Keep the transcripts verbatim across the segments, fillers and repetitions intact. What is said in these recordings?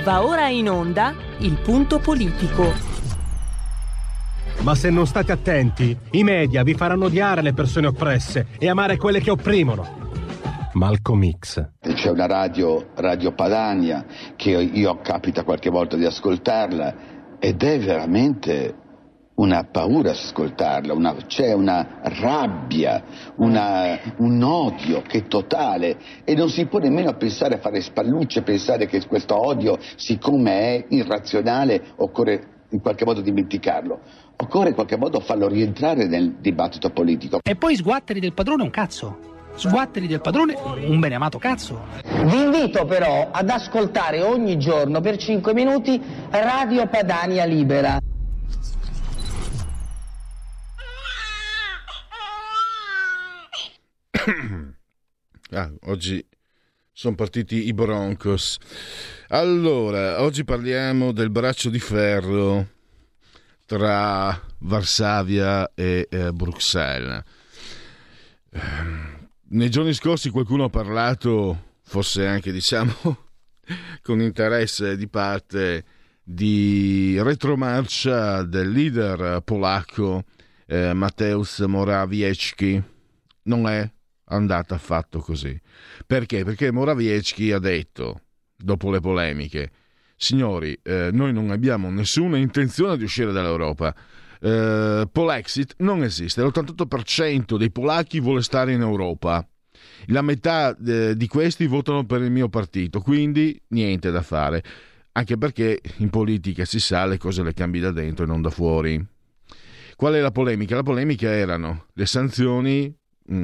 Va ora in onda il punto politico. Ma se non state attenti, i media vi faranno odiare le persone oppresse e amare quelle che opprimono. Malcolm X. C'è una radio, Radio Padania, che io capita qualche volta di ascoltarla ed è veramente una paura ascoltarla, una, c'è una rabbia, una, un odio che è totale e non si può nemmeno pensare a fare spallucce, pensare che questo odio, siccome è irrazionale, occorre in qualche modo dimenticarlo. Occorre in qualche modo farlo rientrare nel dibattito politico. E poi sguatteri del padrone un cazzo. Sguatteri del padrone un beneamato cazzo. Vi invito però ad ascoltare ogni giorno per cinque minuti Radio Padania Libera. Ah, oggi sono partiti i Broncos. Allora, oggi parliamo del braccio di ferro tra Varsavia e eh, Bruxelles. Eh, nei giorni scorsi qualcuno ha parlato, forse anche diciamo con interesse di parte, di retromarcia del leader polacco eh, Mateusz Morawiecki. Non è andata affatto così. Perché? Perché Morawiecki ha detto, dopo le polemiche, signori, eh, noi non abbiamo nessuna intenzione di uscire dall'Europa. Eh, Polexit non esiste. L'ottantotto per cento dei polacchi vuole stare in Europa. La metà eh, di questi votano per il mio partito, quindi niente da fare. Anche perché in politica si sa, le cose le cambi da dentro e non da fuori. Qual è la polemica? La polemica erano le sanzioni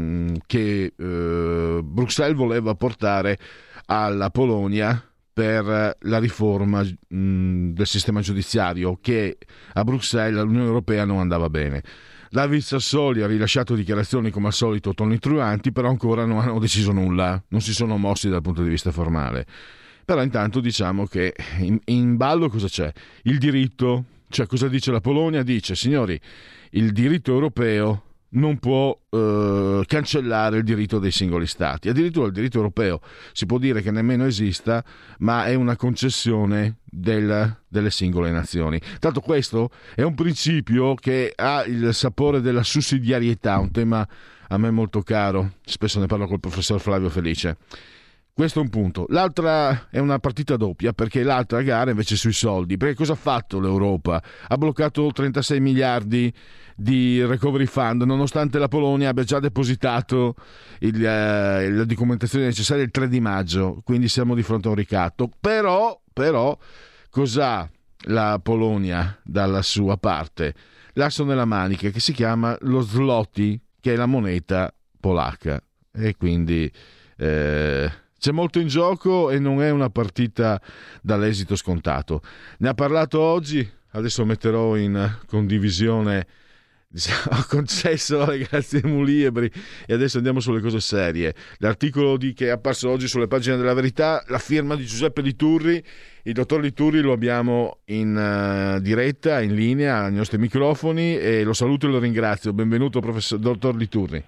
che eh, Bruxelles voleva portare alla Polonia per la riforma mh, del sistema giudiziario, che a Bruxelles all'Unione Europea non andava bene. David Sassoli ha rilasciato dichiarazioni come al solito tonitruanti, però ancora non hanno deciso nulla, non si sono mossi dal punto di vista formale. Però intanto diciamo che in, in ballo cosa c'è? Il diritto, cioè cosa dice la Polonia? Dice, signori, il diritto europeo non può eh, cancellare il diritto dei singoli stati. Addirittura il diritto europeo si può dire che nemmeno esista, ma è una concessione del, delle singole nazioni. Tanto questo è un principio che ha il sapore della sussidiarietà, un tema a me molto caro, spesso ne parlo col professor Flavio Felice. Questo è un punto. L'altra è una partita doppia, perché l'altra gara invece è sui soldi. Perché cosa ha fatto l'Europa? Ha bloccato trentasei miliardi di recovery fund, nonostante la Polonia abbia già depositato il, eh, la documentazione necessaria il tre di maggio, quindi siamo di fronte a un ricatto. Però, però cos'ha la Polonia dalla sua parte? L'asso nella manica che si chiama lo zloty, che è la moneta polacca, e quindi eh, c'è molto in gioco e non è una partita dall'esito scontato. Ne ha parlato oggi, adesso metterò in condivisione, diciamo, ho concesso le grazie Mulibri e adesso andiamo sulle cose serie. L'articolo di, che è apparso oggi sulle pagine della Verità, la firma di Giuseppe Liturri. Il dottor Liturri lo abbiamo in uh, diretta, in linea, ai nostri microfoni, e lo saluto e lo ringrazio. Benvenuto professor dottor Liturri.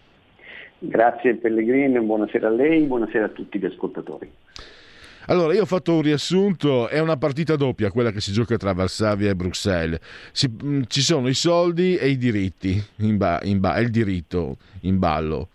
Grazie Pellegrini, buonasera a lei, buonasera a tutti gli ascoltatori. Allora, io ho fatto un riassunto, è una partita doppia quella che si gioca tra Varsavia e Bruxelles. Si, mh, ci sono i soldi e i diritti, in ba, in ba, è il diritto in ballo.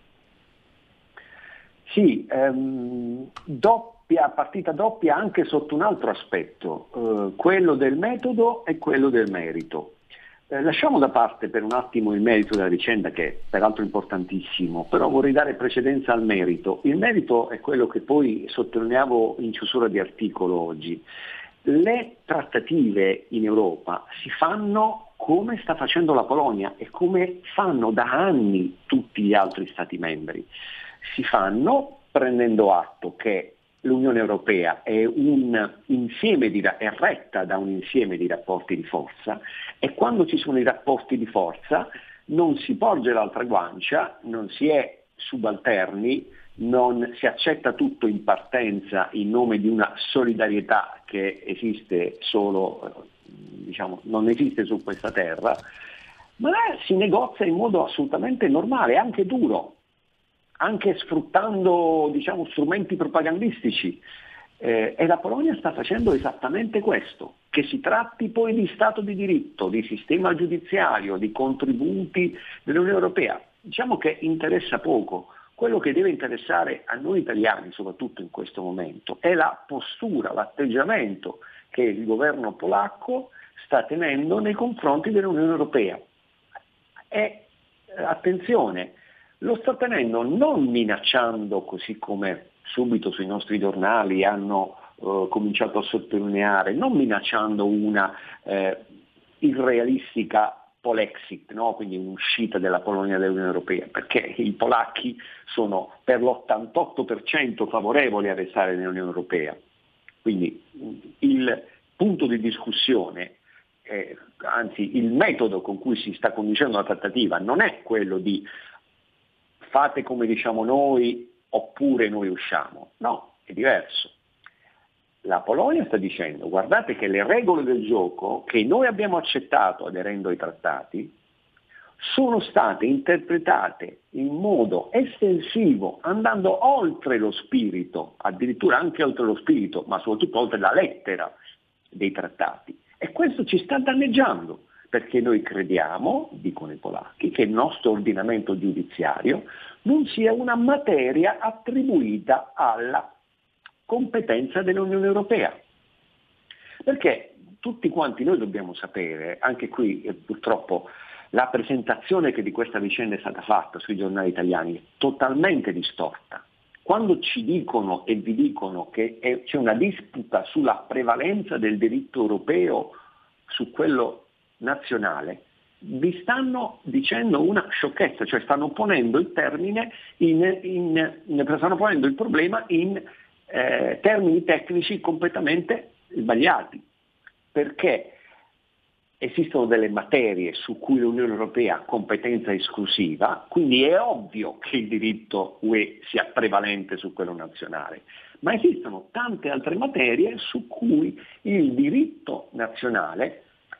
Sì, ehm, doppia, partita doppia anche sotto un altro aspetto, eh, quello del metodo e quello del merito. Eh, lasciamo da parte per un attimo il merito della vicenda, che è peraltro importantissimo, però vorrei dare precedenza al merito. Il merito è quello che poi sottolineavo in chiusura di articolo oggi. Le trattative in Europa si fanno come sta facendo la Polonia e come fanno da anni tutti gli altri Stati membri. Si fanno prendendo atto che l'Unione Europea è un insieme di, è retta da un insieme di rapporti di forza, e quando ci sono i rapporti di forza non si porge l'altra guancia, non si è subalterni, non si accetta tutto in partenza in nome di una solidarietà che esiste solo, diciamo, non esiste su questa terra, ma si negozia in modo assolutamente normale, anche duro, anche sfruttando, diciamo, strumenti propagandistici. Eh, e la Polonia sta facendo esattamente questo, che si tratti poi di Stato di diritto, di sistema giudiziario, di contributi dell'Unione Europea. Diciamo che interessa poco. Quello che deve interessare a noi italiani, soprattutto in questo momento, è la postura, l'atteggiamento che il governo polacco sta tenendo nei confronti dell'Unione Europea. E attenzione, lo sta tenendo non minacciando, così come subito sui nostri giornali hanno eh, cominciato a sottolineare, non minacciando una eh, irrealistica Polexit, no? Quindi un'uscita della Polonia dall'Unione Europea, perché i polacchi sono per l'ottantotto per cento favorevoli a restare nell'Unione Europea. Quindi il punto di discussione, eh, anzi il metodo con cui si sta conducendo la trattativa non è quello di fate come diciamo noi oppure noi usciamo, no, è diverso. La Polonia sta dicendo: guardate che le regole del gioco che noi abbiamo accettato aderendo ai trattati sono state interpretate in modo estensivo, andando oltre lo spirito, addirittura anche oltre lo spirito, ma soprattutto oltre la lettera dei trattati. E questo ci sta danneggiando, perché noi crediamo, dicono i polacchi, che il nostro ordinamento giudiziario non sia una materia attribuita alla competenza dell'Unione Europea. Perché tutti quanti noi dobbiamo sapere, anche qui eh, purtroppo la presentazione che di questa vicenda è stata fatta sui giornali italiani è totalmente distorta. Quando ci dicono e vi dicono che è, c'è una disputa sulla prevalenza del diritto europeo su quello nazionale, vi stanno dicendo una sciocchezza, cioè stanno ponendo il termine in, in, in stanno ponendo il problema in Eh, termini tecnici completamente sbagliati, perché esistono delle materie su cui l'Unione Europea ha competenza esclusiva, quindi è ovvio che il diritto U E sia prevalente su quello nazionale, ma esistono tante altre materie su cui il diritto nazionale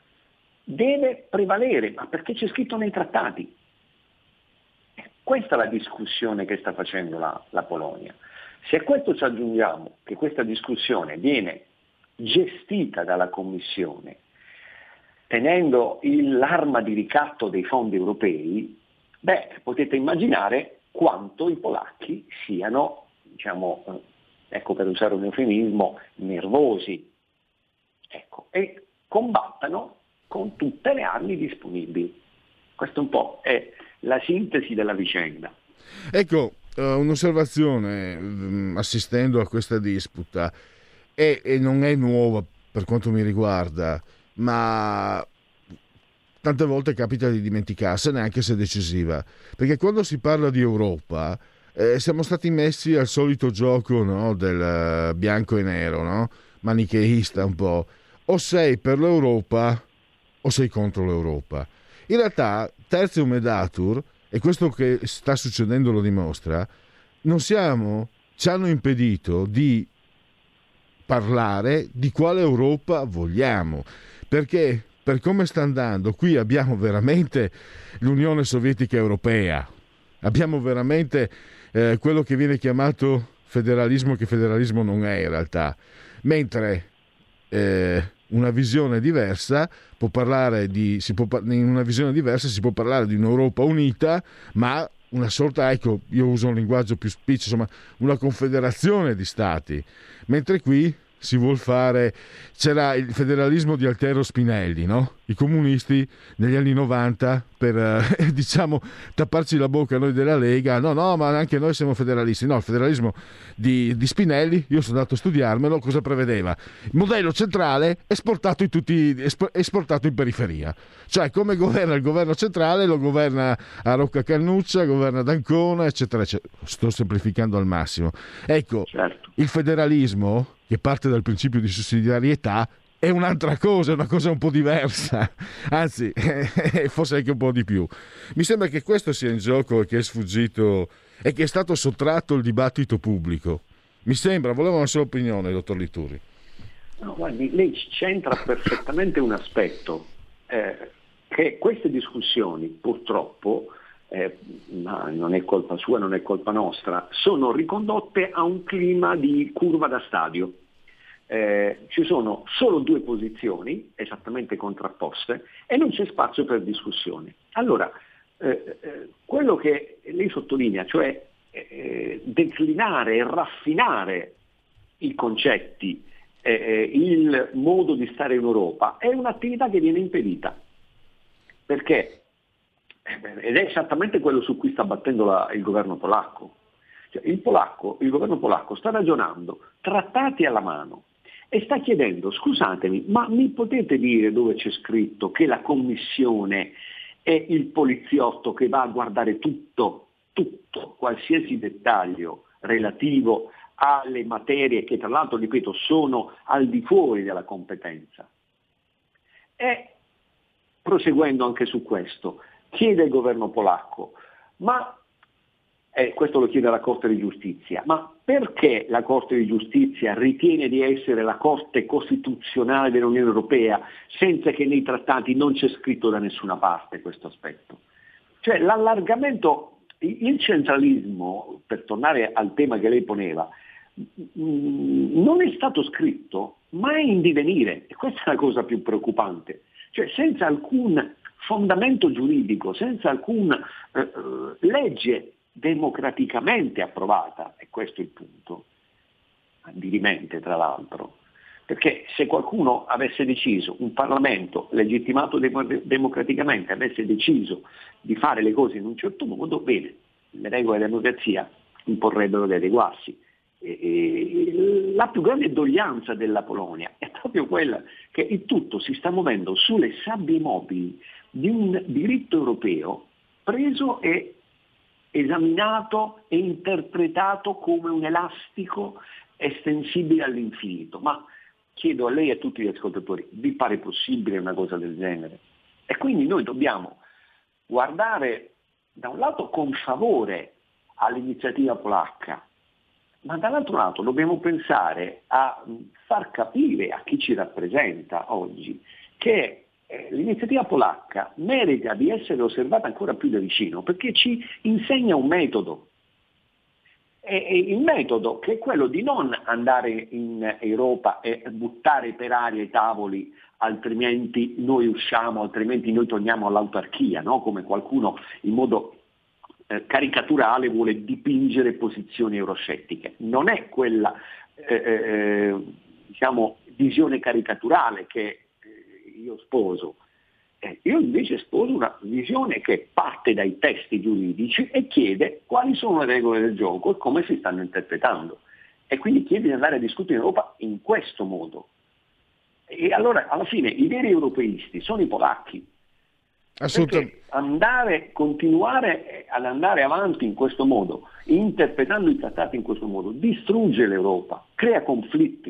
deve prevalere, ma perché c'è scritto nei trattati. Questa è la discussione che sta facendo la, la Polonia. Se a questo ci aggiungiamo che questa discussione viene gestita dalla Commissione tenendo il, l'arma di ricatto dei fondi europei, beh, potete immaginare quanto i polacchi siano, diciamo, ecco, per usare un eufemismo, nervosi, ecco, e combattano con tutte le armi disponibili. Questa un po' è la sintesi della vicenda. Ecco, un'osservazione assistendo a questa disputa, e, e non è nuova per quanto mi riguarda, ma tante volte capita di dimenticarsene anche se decisiva, perché quando si parla di Europa eh, siamo stati messi al solito gioco, no, del bianco e nero, no? Manicheista un po', o sei per l'Europa o sei contro l'Europa. In realtà tertium et datur, e questo che sta succedendo lo dimostra, non siamo, ci hanno impedito di parlare di quale Europa vogliamo, perché per come sta andando qui abbiamo veramente l'Unione Sovietica Europea, abbiamo veramente eh, quello che viene chiamato federalismo, che federalismo non è in realtà, mentre eh, una visione diversa può parlare di si può, in una visione diversa si può parlare di un'Europa unita, ma una sorta, ecco, io uso un linguaggio più spiccio, insomma, una confederazione di stati, mentre qui si vuol fare, c'era il federalismo di Altero Spinelli, no? I comunisti negli anni novanta per eh, diciamo tapparci la bocca noi della Lega, no no ma anche noi siamo federalisti, no, il federalismo di, di Spinelli, io sono andato a studiarmelo, cosa prevedeva? Il modello centrale esportato in tutti, esportato in periferia, cioè come governa il governo centrale lo governa a Rocca Cannuccia, governa ad Ancona, eccetera eccetera, sto semplificando al massimo. Ecco, certo. Il federalismo, che parte dal principio di sussidiarietà, è un'altra cosa, è una cosa un po' diversa, anzi forse anche un po' di più. Mi sembra che questo sia in gioco e che è sfuggito e che è stato sottratto il dibattito pubblico. Mi sembra, volevo una sua opinione, dottor Liturri. No, guardi, lei c'entra perfettamente un aspetto, eh, che queste discussioni purtroppo, eh, ma non è colpa sua, non è colpa nostra, sono ricondotte a un clima di curva da stadio. eh, ci sono solo due posizioni esattamente contrapposte e non c'è spazio per discussione. Allora, eh, eh, quello che lei sottolinea, cioè eh, declinare e raffinare i concetti, eh, il modo di stare in Europa, è un'attività che viene impedita. Perché? Ed è esattamente quello su cui sta battendo la, il governo polacco. Cioè, il polacco, il governo polacco sta ragionando trattati alla mano e sta chiedendo: scusatemi, ma mi potete dire dove c'è scritto che la commissione è il poliziotto che va a guardare tutto, tutto, qualsiasi dettaglio relativo alle materie che, tra l'altro, ripeto, sono al di fuori della competenza? E proseguendo anche su questo, chiede il governo polacco, ma eh, questo lo chiede la Corte di Giustizia, ma perché la Corte di Giustizia ritiene di essere la Corte Costituzionale dell'Unione Europea senza che nei trattati non c'è scritto da nessuna parte questo aspetto? Cioè l'allargamento, il centralismo, per tornare al tema che lei poneva, non è stato scritto, ma è in divenire, e questa è la cosa più preoccupante. Cioè senza alcun fondamento giuridico, senza alcuna eh, legge democraticamente approvata, e questo è il punto, dirimente tra l'altro, perché se qualcuno avesse deciso, un Parlamento legittimato dem- democraticamente avesse deciso di fare le cose in un certo modo, bene, le regole della democrazia imporrebbero di adeguarsi. La più grande doglianza della Polonia è proprio quella che il tutto si sta muovendo sulle sabbie mobili di un diritto europeo preso e esaminato e interpretato come un elastico estensibile all'infinito. Ma chiedo a lei e a tutti gli ascoltatori, vi pare possibile una cosa del genere? E quindi noi dobbiamo guardare da un lato con favore all'iniziativa polacca, ma dall'altro lato dobbiamo pensare a far capire a chi ci rappresenta oggi che eh, l'iniziativa polacca merita di essere osservata ancora più da vicino, perché ci insegna un metodo. E, e il metodo che è quello di non andare in Europa e buttare per aria i tavoli, altrimenti noi usciamo, altrimenti noi torniamo all'autarchia, no? Come qualcuno in modo Eh, caricaturale vuole dipingere posizioni euroscettiche. Non è quella eh, eh, diciamo visione caricaturale che eh, io sposo. Eh, io invece sposo una visione che parte dai testi giuridici e chiede quali sono le regole del gioco e come si stanno interpretando. E quindi chiede di andare a discutere in Europa in questo modo. E allora alla fine i veri europeisti sono i polacchi. Perché andare, continuare ad andare avanti in questo modo, interpretando i trattati in questo modo, distrugge l'Europa, crea conflitti.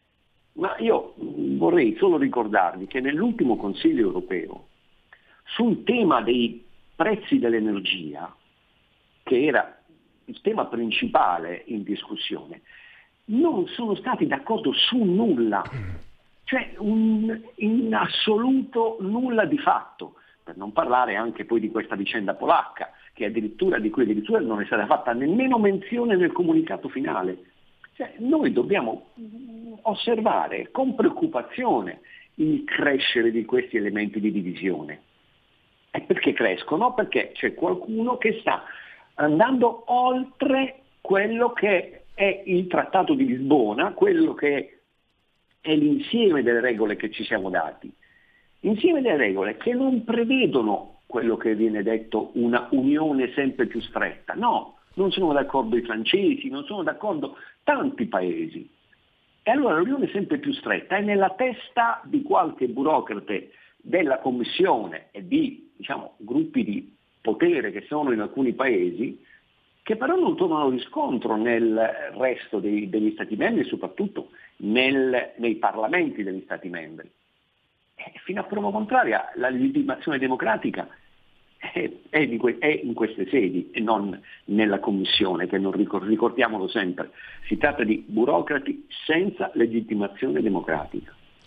Ma io vorrei solo ricordarvi che nell'ultimo Consiglio europeo, sul tema dei prezzi dell'energia, che era il tema principale in discussione, non sono stati d'accordo su nulla, cioè un, in assoluto nulla di fatto. Per non parlare anche poi di questa vicenda polacca, che addirittura di cui addirittura non è stata fatta nemmeno menzione nel comunicato finale. Cioè, noi dobbiamo osservare con preoccupazione il crescere di questi elementi di divisione. E perché crescono? Perché c'è qualcuno che sta andando oltre quello che è il Trattato di Lisbona, quello che è l'insieme delle regole che ci siamo dati. Insieme delle regole che non prevedono quello che viene detto una unione sempre più stretta. No, non sono d'accordo i francesi, non sono d'accordo tanti paesi. E allora l'unione sempre più stretta è nella testa di qualche burocrate della Commissione e di, diciamo, gruppi di potere che sono in alcuni paesi, che però non trovano riscontro nel resto dei, degli Stati membri e soprattutto nel, nei parlamenti degli Stati membri. Fino a prova contraria la legittimazione democratica è, è, di que- è in queste sedi e non nella Commissione, che non ricor- ricordiamolo sempre, si tratta di burocrati senza legittimazione democratica.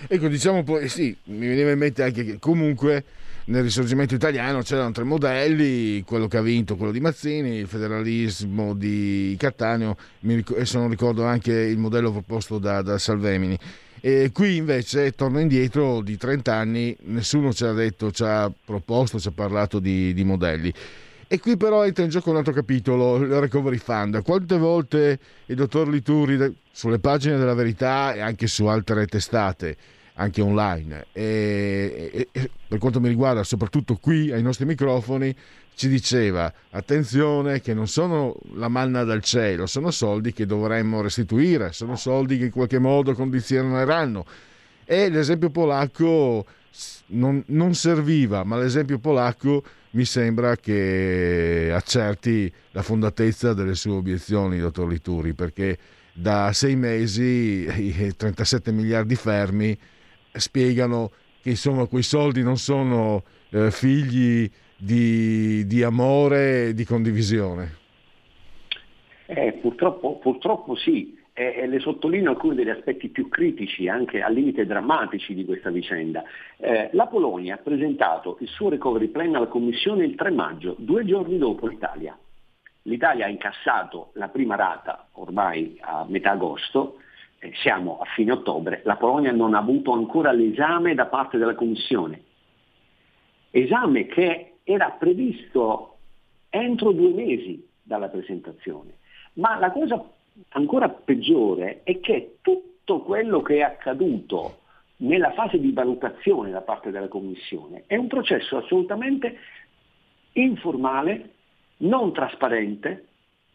Ecco, diciamo poi, sì, mi veniva in mente anche che comunque nel Risorgimento italiano c'erano tre modelli, quello che ha vinto, quello di Mazzini, il federalismo di Cattaneo, mi ric- e se non ricordo anche il modello proposto da, da Salvemini. E qui invece, torno indietro di trenta anni, nessuno ci ha detto, ci ha proposto, ci ha parlato di, di modelli. E qui però entra in gioco un altro capitolo, il Recovery Fund. Quante volte il dottor Liturri sulle pagine della Verità e anche su altre testate, anche online, e, e, e per quanto mi riguarda, soprattutto qui ai nostri microfoni, ci diceva: attenzione che non sono la manna dal cielo, sono soldi che dovremmo restituire, sono soldi che in qualche modo condizioneranno. E l'esempio polacco non, non serviva, ma l'esempio polacco mi sembra che accerti la fondatezza delle sue obiezioni, dottor Liturri, perché da sei mesi i trentasette miliardi fermi spiegano che insomma quei soldi non sono eh, figli di, di amore e di condivisione. Eh, purtroppo, purtroppo sì, e eh, le sottolineo alcuni degli aspetti più critici, anche al limite drammatici di questa vicenda. Eh, la Polonia ha presentato il suo recovery plan alla Commissione il tre maggio, due giorni dopo l'Italia. L'Italia ha incassato la prima rata ormai a metà agosto, eh, siamo a fine ottobre, la Polonia non ha avuto ancora l'esame da parte della Commissione. Esame che era previsto entro due mesi dalla presentazione. Ma la cosa ancora peggiore è che tutto quello che è accaduto nella fase di valutazione da parte della Commissione è un processo assolutamente informale, non trasparente,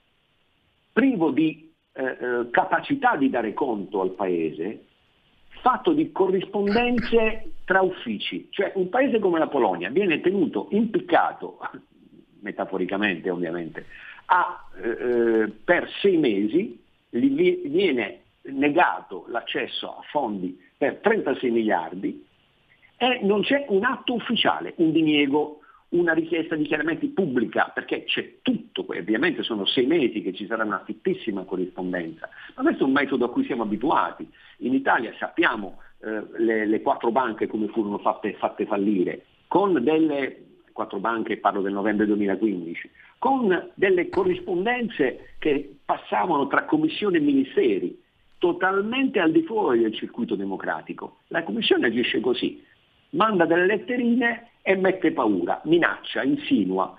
privo di eh, eh, capacità di dare conto al Paese, fatto di corrispondenze tra uffici. Cioè un paese come la Polonia viene tenuto impiccato, metaforicamente ovviamente, a, eh, per sei mesi, gli viene negato l'accesso a fondi per trentasei miliardi e non c'è un atto ufficiale, un diniego, una richiesta di chiarimenti pubblica, perché c'è tutto, ovviamente sono sei mesi che ci sarà una fittissima corrispondenza, ma questo è un metodo a cui siamo abituati. In Italia sappiamo eh, le, le quattro banche come furono fatte, fatte fallire, con delle quattro banche, parlo del novembre duemilaquindici, con delle corrispondenze che passavano tra commissioni e ministeri, totalmente al di fuori del circuito democratico. La Commissione agisce così, manda delle letterine e mette paura, minaccia, insinua.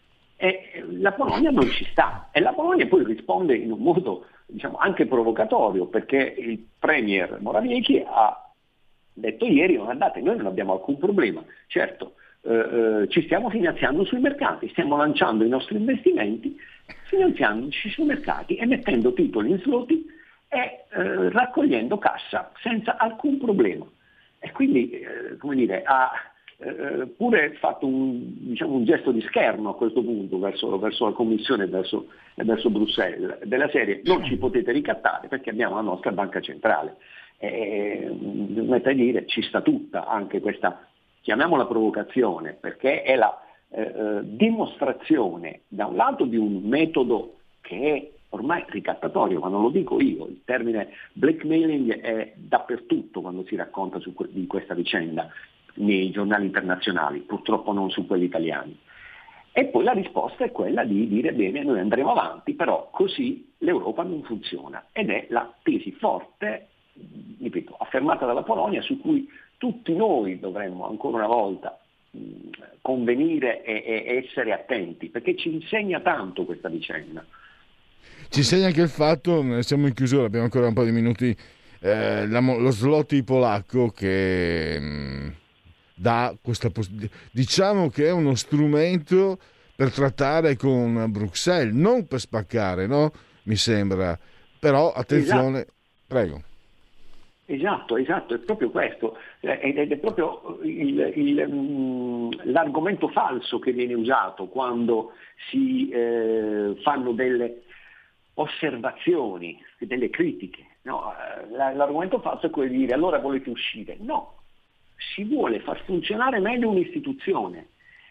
E la Polonia non ci sta. E la Polonia poi risponde in un modo, diciamo, anche provocatorio, perché il premier Morawiecki ha detto ieri: guardate, noi non abbiamo alcun problema, certo, eh, eh, ci stiamo finanziando sui mercati, stiamo lanciando i nostri investimenti, finanziandoci sui mercati, emettendo titoli in zloty e eh, raccogliendo cassa senza alcun problema. E quindi, eh, come dire, ha eh, pure fatto un, diciamo, un gesto di scherno a questo punto verso, verso la Commissione e verso, e verso Bruxelles, della serie: non ci potete ricattare perché abbiamo la nostra banca centrale. E, mette a dire, ci sta tutta anche questa, chiamiamola provocazione, perché è la eh, dimostrazione da un lato di un metodo che è ormai ricattatorio, ma non lo dico io, il termine blackmailing è dappertutto quando si racconta su que- di questa vicenda nei giornali internazionali, purtroppo non su quelli italiani. E poi la risposta è quella di dire: bene, noi andremo avanti, però così l'Europa non funziona, ed è la tesi forte, ripeto, affermata dalla Polonia, su cui tutti noi dovremmo ancora una volta mh, convenire e, e essere attenti, perché ci insegna tanto questa vicenda. Ci insegna anche il fatto, siamo in chiusura, abbiamo ancora un po' di minuti, eh, la, lo zloty polacco che mh, dà questa possibilità, diciamo che è uno strumento per trattare con Bruxelles, non per spaccare, no? Mi sembra, però attenzione, esatto. Prego. Esatto, esatto, è proprio questo, ed è proprio il, il, l'argomento falso che viene usato quando si eh, fanno delle osservazioni, delle critiche. No, l'argomento falso è quello di dire: allora volete uscire. No, si vuole far funzionare meglio un'istituzione.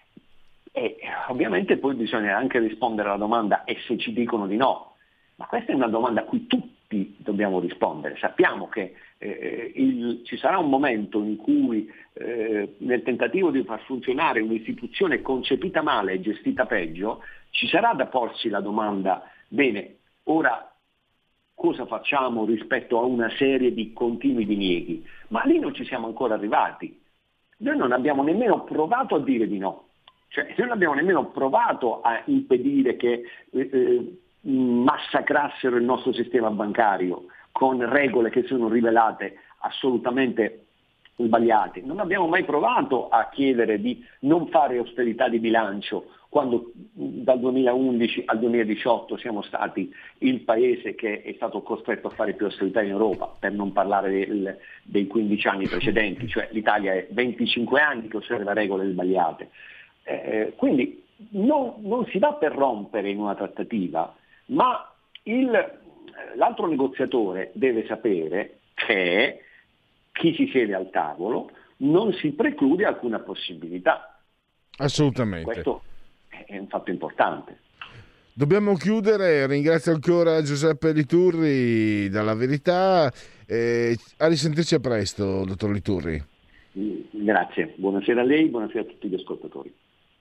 E ovviamente poi bisogna anche rispondere alla domanda: e se ci dicono di no? Ma questa è una domanda a cui tutti dobbiamo rispondere. Sappiamo che eh, il ci sarà un momento in cui eh, nel tentativo di far funzionare un'istituzione concepita male e gestita peggio, ci sarà da porsi la domanda, bene, ora cosa facciamo rispetto a una serie di continui dinieghi? Ma lì non ci siamo ancora arrivati. Noi non abbiamo nemmeno provato a dire di no, cioè noi non abbiamo nemmeno provato a impedire che eh, eh, massacrassero il nostro sistema bancario con regole che sono rivelate assolutamente sbagliate. Non abbiamo mai provato a chiedere di non fare austerità di bilancio quando dal duemilaundici al duemiladiciotto siamo stati il paese che è stato costretto a fare più austerità in Europa, per non parlare del, dei quindici anni precedenti, cioè l'Italia è venticinque anni che osserva regole sbagliate. Eh, quindi non, non si va per rompere in una trattativa, ma il, l'altro negoziatore deve sapere che chi si siede al tavolo non si preclude alcuna possibilità. Assolutamente. Questo è un fatto importante. Dobbiamo chiudere, ringrazio ancora Giuseppe Liturri dalla Verità, eh, a risentirci a presto, dottor Liturri. Grazie, buonasera a lei, buonasera a tutti gli ascoltatori.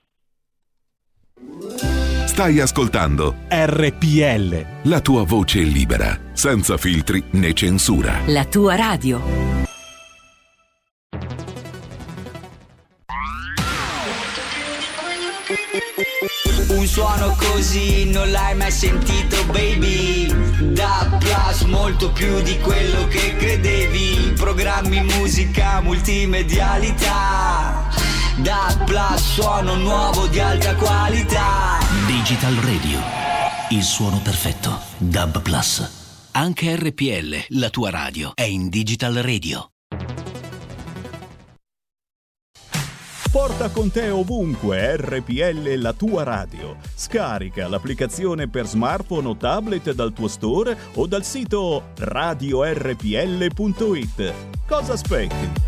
Stai ascoltando R P L, la tua voce libera, senza filtri né censura. La tua radio. Un suono così non l'hai mai sentito, baby. Da Plus, molto più di quello che credevi. Programmi, musica, multimedialità. Da Plus, suono nuovo di alta qualità. Digital Radio, il suono perfetto. D A B Plus. Anche R P L, la tua radio, è in Digital Radio. Porta con te ovunque R P L, la tua radio. Scarica l'applicazione per smartphone o tablet dal tuo store o dal sito radio erre pi elle punto it. Cosa aspetti?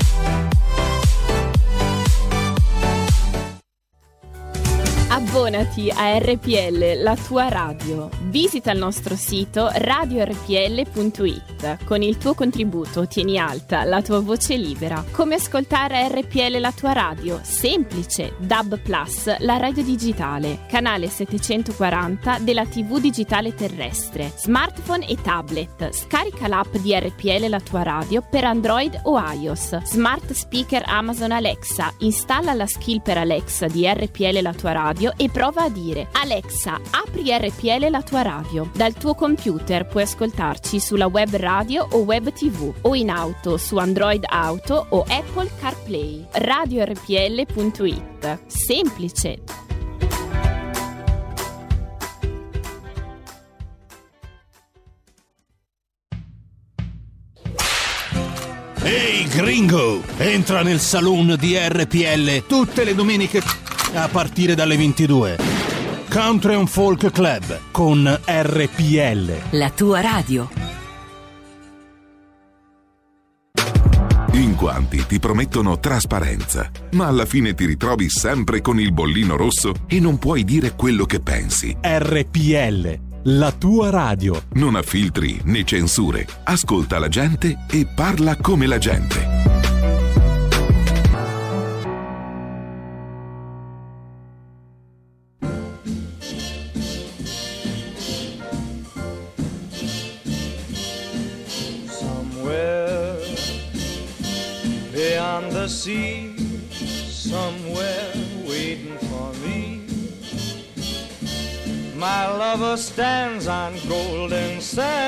Abbonati a R P L, la tua radio. Visita il nostro sito radio erre pi elle punto it. Con il tuo contributo ottieni alta la tua voce libera. Come ascoltare R P L, la tua radio? Semplice. D A B Plus, la radio digitale. Canale settecentoquaranta della tivù digitale terrestre. Smartphone e tablet. Scarica l'app di R P L, la tua radio per Android o iOS. Smart speaker Amazon Alexa. Installa la skill per Alexa di R P L, la tua radio e prova a dire: Alexa, apri R P L, la tua radio. Dal tuo computer puoi ascoltarci sulla web radio o web tivù o in auto su Android Auto o Apple CarPlay. radio erre pi elle punto it. Semplice. Ehi gringo, entra nel saloon di R P L tutte le domeniche a partire dalle ventidue. Country and Folk Club con R P L, la tua radio. In quanti ti promettono trasparenza, ma alla fine ti ritrovi sempre con il bollino rosso e non puoi dire quello che pensi. R P L, la tua radio. Non ha filtri né censure. Ascolta la gente e parla come la gente. Beyond the sea, somewhere waiting for me, my lover stands on golden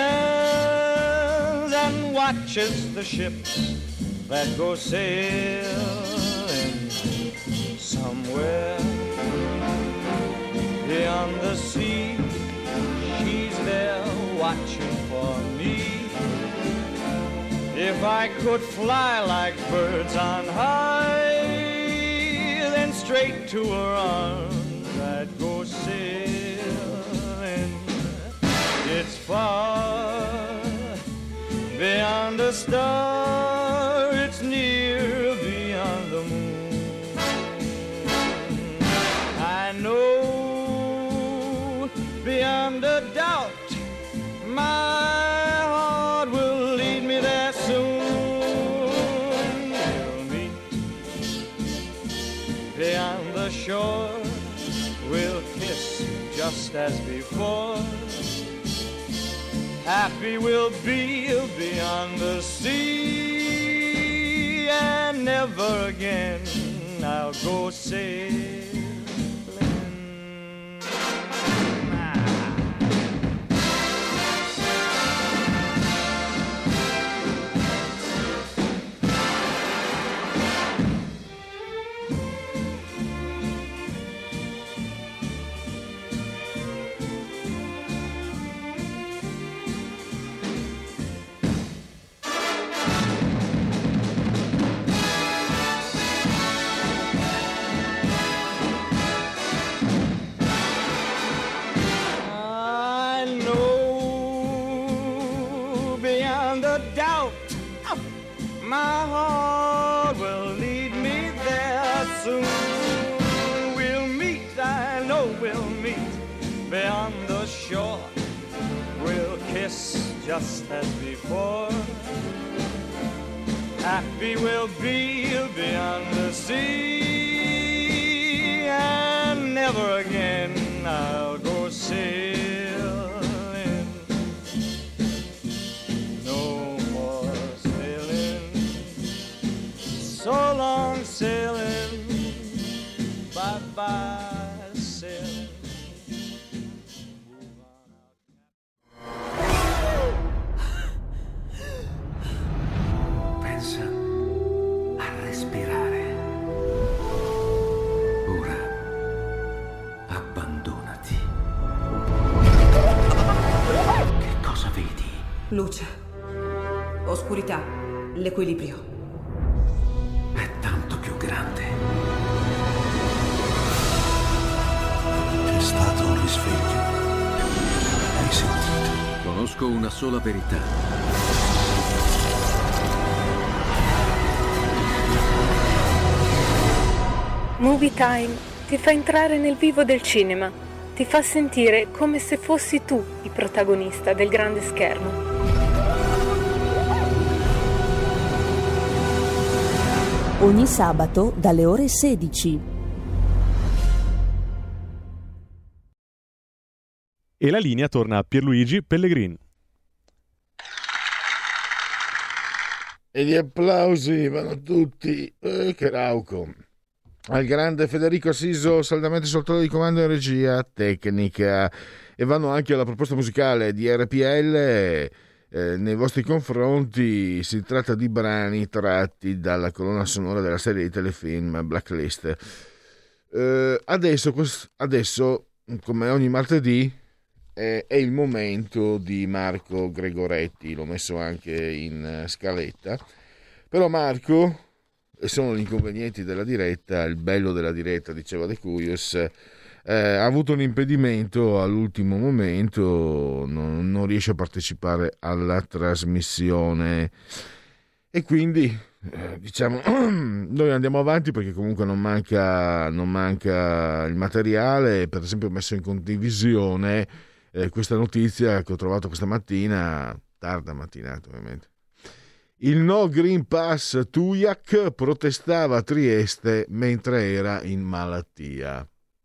sands and watches the ships that go sailing. Somewhere beyond the sea, she's there watching for me. If I could fly like birds on high, then straight to her arms I'd go sailing. It's far beyond a star, it's near beyond the moon. I know beyond a doubt my heart will lead me there soon. just as before. Happy we'll be beyond the sea, and never again I'll go sailing. My heart will lead me there soon. We'll meet, I know we'll meet beyond the shore. We'll kiss just as before. Happy we'll be beyond the sea, and never again I'll go sailing. So long sailing, bye bye sailing. Pensa a respirare. Ora abbandonati. Che cosa vedi? Luce, oscurità, l'equilibrio. Grande. È stato un risveglio. Hai sentito? Conosco una sola verità. Movie Time ti fa entrare nel vivo del cinema, ti fa sentire come se fossi tu il protagonista del grande schermo. Ogni sabato dalle ore sedici. E la linea torna a Pierluigi Pellegrin. E gli applausi vanno tutti, eh, che rauco, al grande Federico Assiso, saldamente sotto di comando in regia tecnica, e vanno anche alla proposta musicale di R P L. Eh, nei vostri confronti. Si tratta di brani tratti dalla colonna sonora della serie di telefilm Blacklist. Eh, adesso, adesso, come ogni martedì, eh, è il momento di Marco Gregoretti. L'ho messo anche in scaletta. Però Marco, e sono gli inconvenienti della diretta, il bello della diretta, diceva De Curious, Eh, ha avuto un impedimento all'ultimo momento, non, non riesce a partecipare alla trasmissione, e quindi eh, diciamo noi andiamo avanti perché comunque non manca, non manca il materiale. Per esempio ho messo in condivisione eh, questa notizia che ho trovato questa mattina, tarda mattinata ovviamente. Il no Green Pass Tujak protestava a Trieste mentre era in malattia.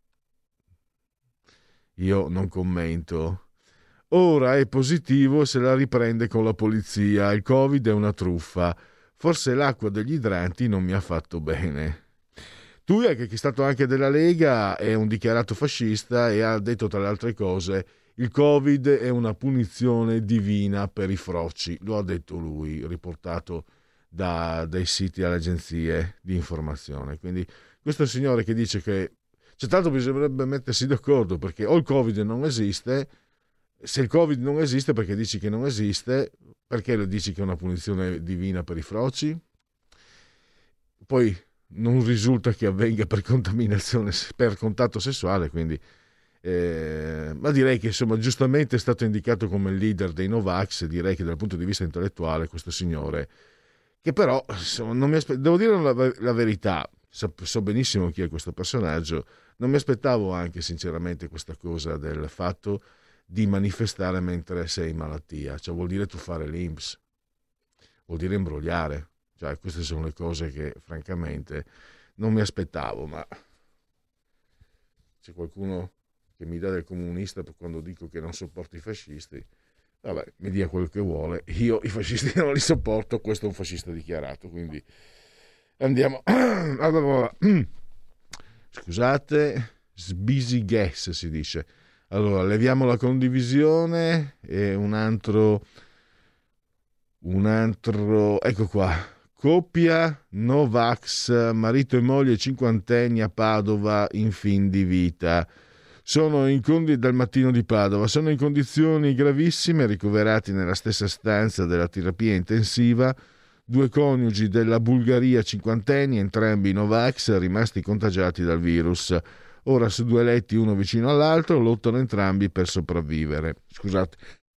Io non commento. Ora è positivo e se la riprende con la polizia. Il Covid è una truffa. Forse l'acqua degli idranti non mi ha fatto bene. Tujak, che è stato anche della Lega, è un dichiarato fascista e ha detto tra le altre cose: il Covid è una punizione divina per i froci. Lo ha detto lui, riportato da, dai siti alle agenzie di informazione. Quindi questo signore che dice che Cioè, tanto bisognerebbe mettersi d'accordo, perché o il Covid non esiste, se il Covid non esiste perché dici che non esiste, perché lo dici che è una punizione divina per i froci? Poi non risulta che avvenga per contaminazione, per contatto sessuale, quindi eh, ma direi che insomma giustamente è stato indicato come il leader dei Novax. Direi che dal punto di vista intellettuale questo signore, che però insomma, non mi aspe- devo dire la, la verità, so, so benissimo chi è questo personaggio. Non mi aspettavo anche sinceramente questa cosa del fatto di manifestare mentre sei in malattia. Cioè vuol dire tuffare l'I N P S, vuol dire imbrogliare. Cioè queste sono le cose che francamente non mi aspettavo. Ma c'è qualcuno che mi dà del comunista quando dico che non sopporto i fascisti, vabbè, mi dia quello che vuole, io i fascisti non li sopporto, questo è un fascista dichiarato, quindi andiamo. Allora, scusate, sbisi guess si dice. Allora, leviamo la condivisione e un altro, un altro, ecco qua, coppia Novax, marito e moglie cinquantenni a Padova in fin di vita. Sono in condi- dal Mattino di Padova, sono in condizioni gravissime, ricoverati nella stessa stanza della terapia intensiva, due coniugi della Bulgaria cinquantenni, entrambi Novax, rimasti contagiati dal virus. Ora su due letti uno vicino all'altro lottano entrambi per sopravvivere. Scusate.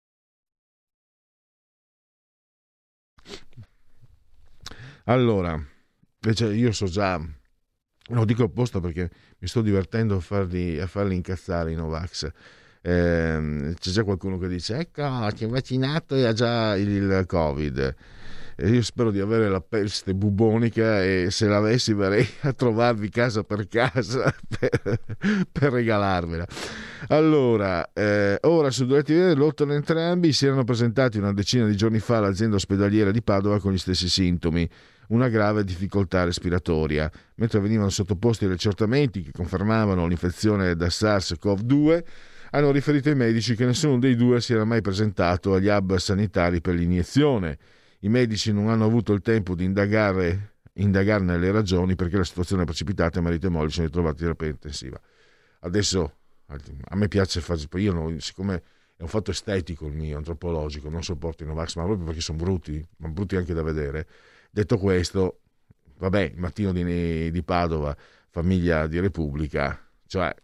Allora, invece io so già, lo dico apposta perché mi sto divertendo a farli, a farli incazzare i Novax. Eh, c'è già qualcuno che dice ecco, ti hai vaccinato e ha già il Covid. E io spero di avere la peste bubonica e se l'avessi verrei a trovarvi casa per casa per, per regalarvela. Allora, eh, ora su due attività lottano entrambi, si erano presentati una decina di giorni fa all'azienda ospedaliera di Padova con gli stessi sintomi, una grave difficoltà respiratoria, mentre venivano sottoposti agli accertamenti che confermavano l'infezione da SARS-CoV due. Hanno riferito ai medici che nessuno dei due si era mai presentato agli hub sanitari per l'iniezione. I medici non hanno avuto il tempo di indagare, indagarne le ragioni perché la situazione è precipitata e marito e moglie sono ritrovati in terapia intensiva. Adesso a me piace fare, io non, siccome è un fatto estetico il mio, antropologico, non sopporto i Novax, ma proprio perché sono brutti, ma brutti anche da vedere. Detto questo, vabbè, il Mattino di, di Padova, famiglia di Repubblica, cioè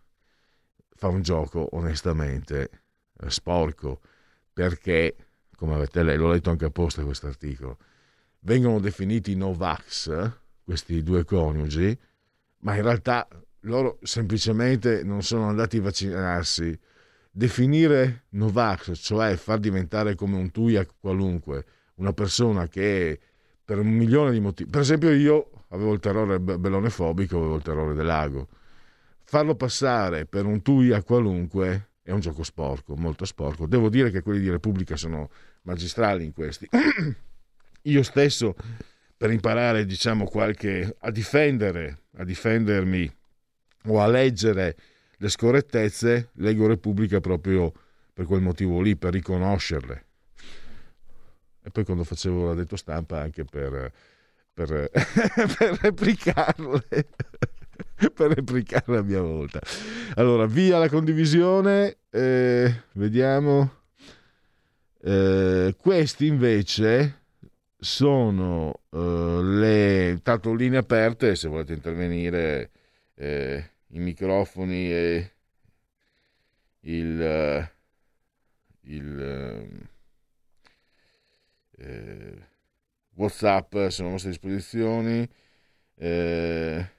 fa un gioco onestamente eh, sporco, perché come avete letto, l'ho letto anche apposta questo articolo, vengono definiti Novax, questi due coniugi, ma in realtà loro semplicemente non sono andati a vaccinarsi. Definire Novax, cioè far diventare come un Tuiac qualunque, una persona che per un milione di motivi, per esempio io avevo il terrore bellonefobico, avevo il terrore dell'ago, farlo passare per un Tuiac qualunque è un gioco sporco, molto sporco. Devo dire che quelli di Repubblica sono magistrali in questi. Io stesso, per imparare, diciamo, qualche a difendere, a difendermi o a leggere le scorrettezze, leggo Repubblica proprio per quel motivo lì, per riconoscerle. E poi quando facevo l'addetto stampa anche per, per, per replicarle. per replicarle a mia volta. Allora, via la condivisione, eh, vediamo. Eh, questi invece sono eh, le tanto linee aperte, se volete intervenire, eh, i microfoni e il il eh, WhatsApp sono a vostre disposizioni. eh,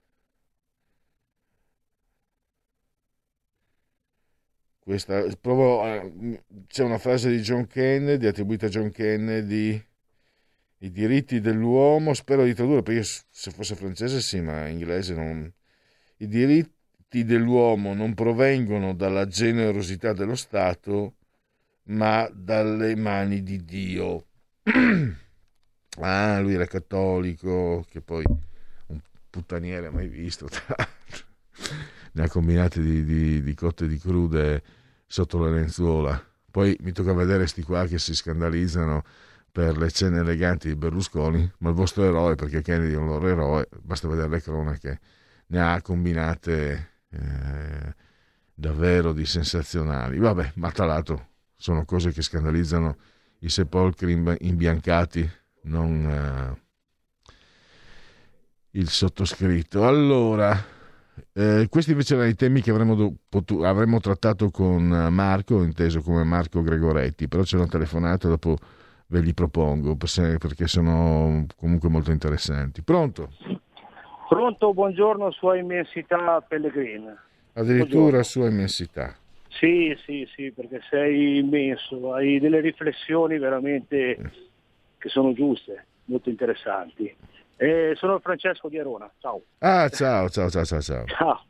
Questa, provo, c'è una frase di John Kennedy, attribuita a John Kennedy, i diritti dell'uomo, spero di tradurre, perché io, se fosse francese sì, ma in inglese non. I diritti dell'uomo non provengono dalla generosità dello Stato, ma dalle mani di Dio. Ah, lui era cattolico, che poi un puttaniere mai visto, tra l'altro. Ne ha combinate di, di, di cotte e di crude sotto le lenzuola. Poi mi tocca vedere sti qua che si scandalizzano per le cene eleganti di Berlusconi, ma il vostro eroe, perché Kennedy è un loro eroe, basta vedere le cronache, ne ha combinate eh, davvero di sensazionali. Vabbè, ma tra l'altro sono cose che scandalizzano i sepolcri imbiancati, non eh, il sottoscritto. Allora, Eh, questi invece erano i temi che avremmo, potu- avremmo trattato con Marco, inteso come Marco Gregoretti, però c'è una telefonata, dopo ve li propongo perché sono comunque molto interessanti. Pronto? Pronto, buongiorno Sua Immensità Pellegrin. Addirittura buongiorno. Sua Immensità. Sì, sì, sì, perché sei immenso, hai delle riflessioni veramente che sono giuste. molto interessanti. Eh, sono Francesco di Arona, ciao. Ah, ciao, ciao, ciao, ciao, ciao. Ciao.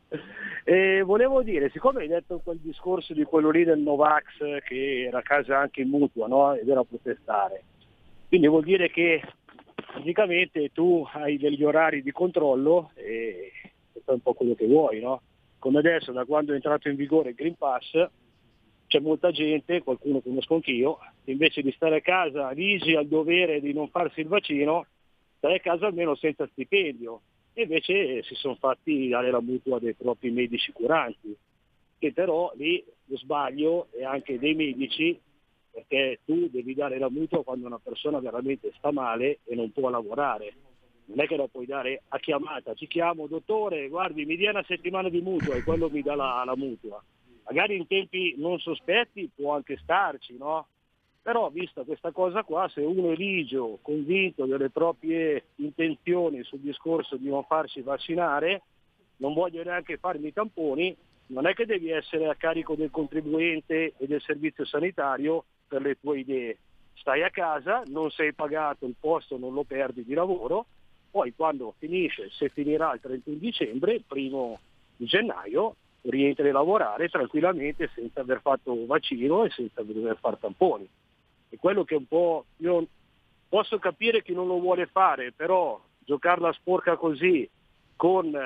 E volevo dire, siccome hai detto quel discorso di quello lì del Novax che era a casa anche in mutua, no? Ed era a protestare, quindi vuol dire che praticamente tu hai degli orari di controllo e fai un po' quello che vuoi, no? Come adesso, da quando è entrato in vigore il Green Pass, c'è molta gente, qualcuno conosco anch'io, invece di stare a casa lisi al dovere di non farsi il vaccino, stare a casa almeno senza stipendio. E invece si sono fatti dare la mutua dei propri medici curanti, che però lì lo sbaglio è anche dei medici, perché tu devi dare la mutua quando una persona veramente sta male e non può lavorare. Non è che la puoi dare a chiamata, ci chiamo, dottore, guardi, mi dia una settimana di mutua e quello mi dà la, la mutua. Magari in tempi non sospetti può anche starci, no? Però vista questa cosa qua, se uno è ligio, convinto delle proprie intenzioni sul discorso di non farsi vaccinare, non voglio neanche farmi i tamponi, non è che devi essere a carico del contribuente e del servizio sanitario per le tue idee. Stai a casa, non sei pagato, il posto non lo perdi di lavoro, poi quando finisce, se finirà il trentuno dicembre, il primo di gennaio, rientri a lavorare tranquillamente senza aver fatto vaccino e senza dover fare tamponi. E quello che un po' io posso capire chi non lo vuole fare, però giocarla sporca così con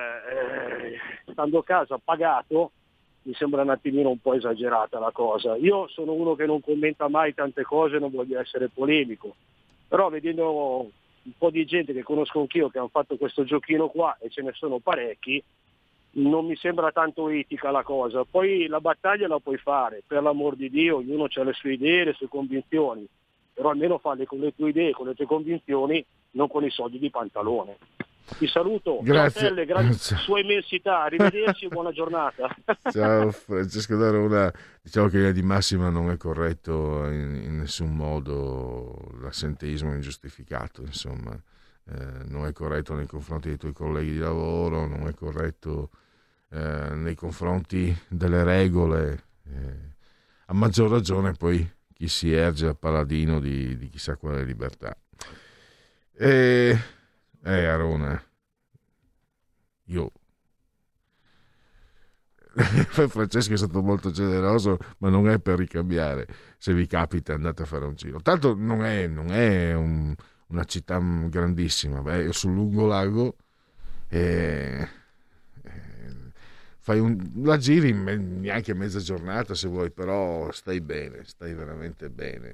eh, stando a casa pagato mi sembra un attimino un po' esagerata la cosa. Io sono uno che non commenta mai tante cose, non voglio essere polemico, però vedendo un po' di gente che conosco anch'io che hanno fatto questo giochino qua, e ce ne sono parecchi, non mi sembra tanto etica la cosa. Poi la battaglia la puoi fare, per l'amor di Dio, ognuno ha le sue idee, le sue convinzioni, però almeno farle con le tue idee, con le tue convinzioni, non con i soldi di pantalone. Ti saluto, grazie, ciao Pelle, grazie alla sua immensità, arrivederci e buona giornata. Ciao Francesco D'Arona. Diciamo che in linea di massima non è corretto in, in nessun modo l'assenteismo ingiustificato, insomma. Eh, non è corretto nei confronti dei tuoi colleghi di lavoro, non è corretto eh, nei confronti delle regole, eh, a maggior ragione poi chi si erge a paladino di, di chissà quale libertà. E, eh Arona, io Francesco è stato molto generoso, ma non è per ricambiare. Se vi capita andate a fare un giro, tanto non è, non è un una città grandissima, beh, sul lungolago e, e fai un, la giri in me, neanche mezza giornata se vuoi, però stai bene, stai veramente bene.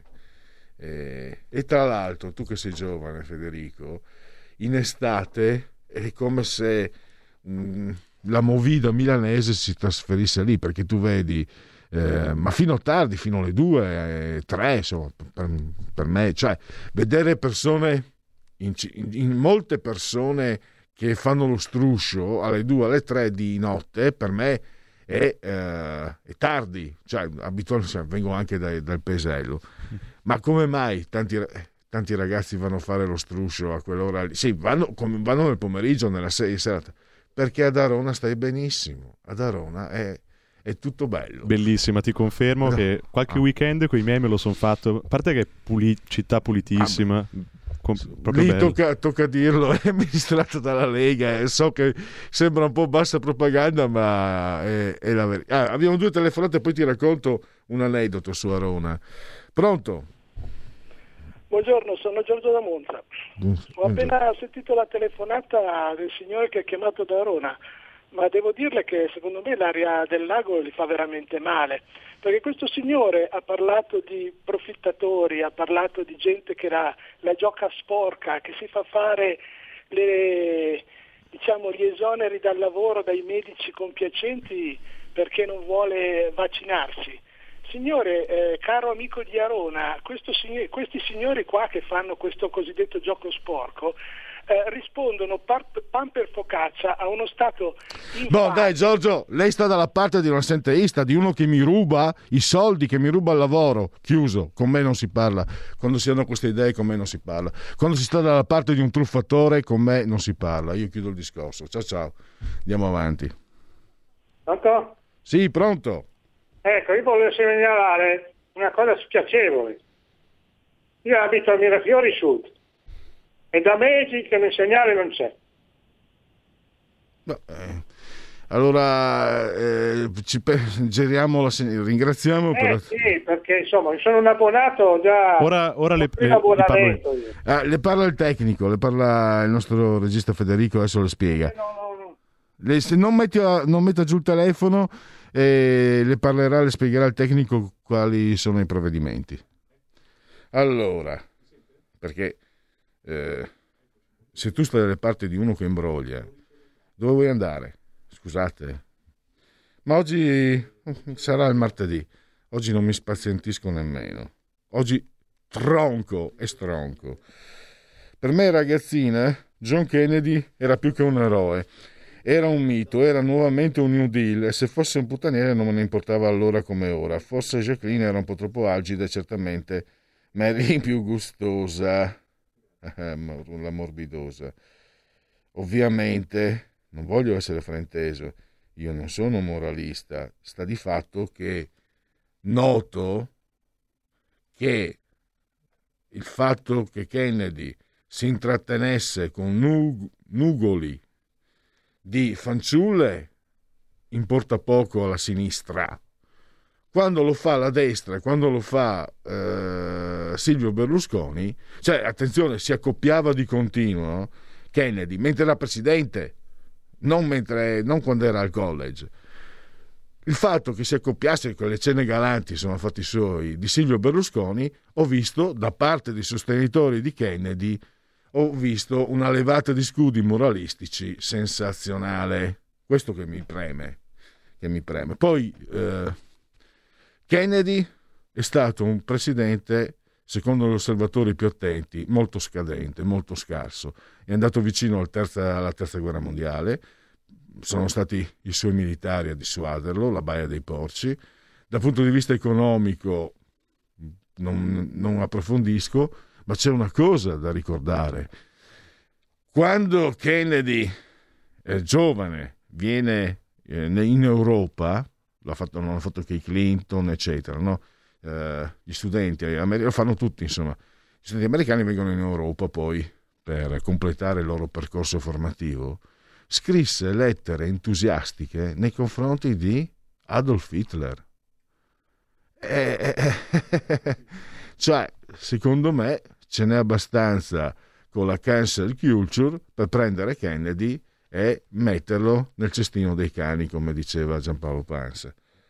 E, e tra l'altro tu che sei giovane, Federico, in estate è come se mh, la movida milanese si trasferisse lì, perché tu vedi Eh, ma fino a tardi, fino alle due, eh, tre, insomma, per, per me, cioè vedere persone, in, in molte persone che fanno lo struscio alle due, alle tre di notte, per me è, eh, è tardi, cioè abitualmente cioè, vengo anche dai, dal paesello, ma come mai tanti, tanti ragazzi vanno a fare lo struscio a quell'ora lì? Sì, vanno, come, vanno nel pomeriggio, nella serata, perché ad Arona stai benissimo, ad Arona è è tutto bello. Bellissima, ti confermo no. che qualche ah. weekend con i miei me lo sono fatto, a parte che è puli- città pulitissima, ah, com- proprio lì tocca, tocca dirlo, è amministrata dalla Lega, e so che sembra un po' bassa propaganda, ma è, è la verità. Ah, abbiamo due telefonate, poi ti racconto un aneddoto su Arona. Pronto? Buongiorno, sono Giorgio da Monza. Ho appena sentito la telefonata del signore che ha chiamato da Arona, ma devo dirle che secondo me l'aria del lago gli fa veramente male, perché questo signore ha parlato di profittatori, ha parlato di gente che la, la gioca sporca, che si fa fare le, diciamo, gli esoneri dal lavoro dai medici compiacenti perché non vuole vaccinarsi. Signore, eh, caro amico di Arona, questo, questi signori qua che fanno questo cosiddetto gioco sporco Eh, rispondono par- pan per focaccia a uno Stato infame. Boh, dai Giorgio, lei sta dalla parte di un assenteista, di uno che mi ruba i soldi, che mi ruba il lavoro. Chiuso, con me non si parla. Quando si hanno queste idee con me non si parla. Quando si sta dalla parte di un truffatore con me non si parla. Io chiudo il discorso. Ciao ciao, andiamo avanti. Pronto? Sì, pronto. Ecco, io volevo segnalare una cosa spiacevole. Io abito a Mirafiori Sud è da mesi che nel segnale non c'è. No, eh, allora eh, ci pe- geriamo la sen- ringraziamo Eh per... sì, perché insomma io sono un abbonato già. Ora, ora le, prima le, le, parlo parlo io. ah, le parla il tecnico, le parla il nostro regista Federico, adesso le spiega. Eh, no, no, no. Le, se non, metti a, non metta giù il telefono, eh, le parlerà, le spiegherà il tecnico quali sono i provvedimenti. Allora, perché eh, se tu stai dalle parti di uno che imbroglia, dove vuoi andare? Scusate, ma oggi sarà il martedì, oggi non mi spazientisco nemmeno, oggi tronco e stronco. Per me ragazzina John Kennedy era più che un eroe, era un mito, era nuovamente un New Deal, e se fosse un puttaniere non me ne importava allora come ora. Forse Jacqueline era un po' troppo algida e certamente Mary più gustosa, la morbidosa. Ovviamente non voglio essere frainteso, io non sono moralista, sta di fatto che noto che il fatto che Kennedy si intrattenesse con nug- nugoli di fanciulle importa poco alla sinistra. Quando lo fa la destra, quando lo fa eh, Silvio Berlusconi, cioè attenzione, si accoppiava di continuo Kennedy mentre era presidente, non, mentre, non quando era al college. Il fatto che si accoppiasse con le cene galanti, sono fatti suoi, di Silvio Berlusconi, ho visto da parte dei sostenitori di Kennedy, ho visto una levata di scudi moralistici sensazionale. Questo che mi preme, che mi preme. Poi eh, Kennedy è stato un presidente, secondo gli osservatori più attenti, molto scadente, molto scarso. È andato vicino al terza, alla terza guerra mondiale, sono stati i suoi militari a dissuaderlo, la Baia dei Porci. Dal punto di vista economico non, non approfondisco, ma c'è una cosa da ricordare. Quando Kennedy è giovane, viene eh, in Europa, l'ha fatto, non hanno fatto che i Clinton, eccetera, no? Eh, gli studenti americani, lo fanno tutti, insomma. Gli studenti americani vengono in Europa poi per completare il loro percorso formativo. Scrisse lettere entusiastiche nei confronti di Adolf Hitler. Eh, eh, cioè, secondo me, ce n'è abbastanza con la cancel culture per prendere Kennedy e metterlo nel cestino dei cani, come diceva Giampaolo Pansa.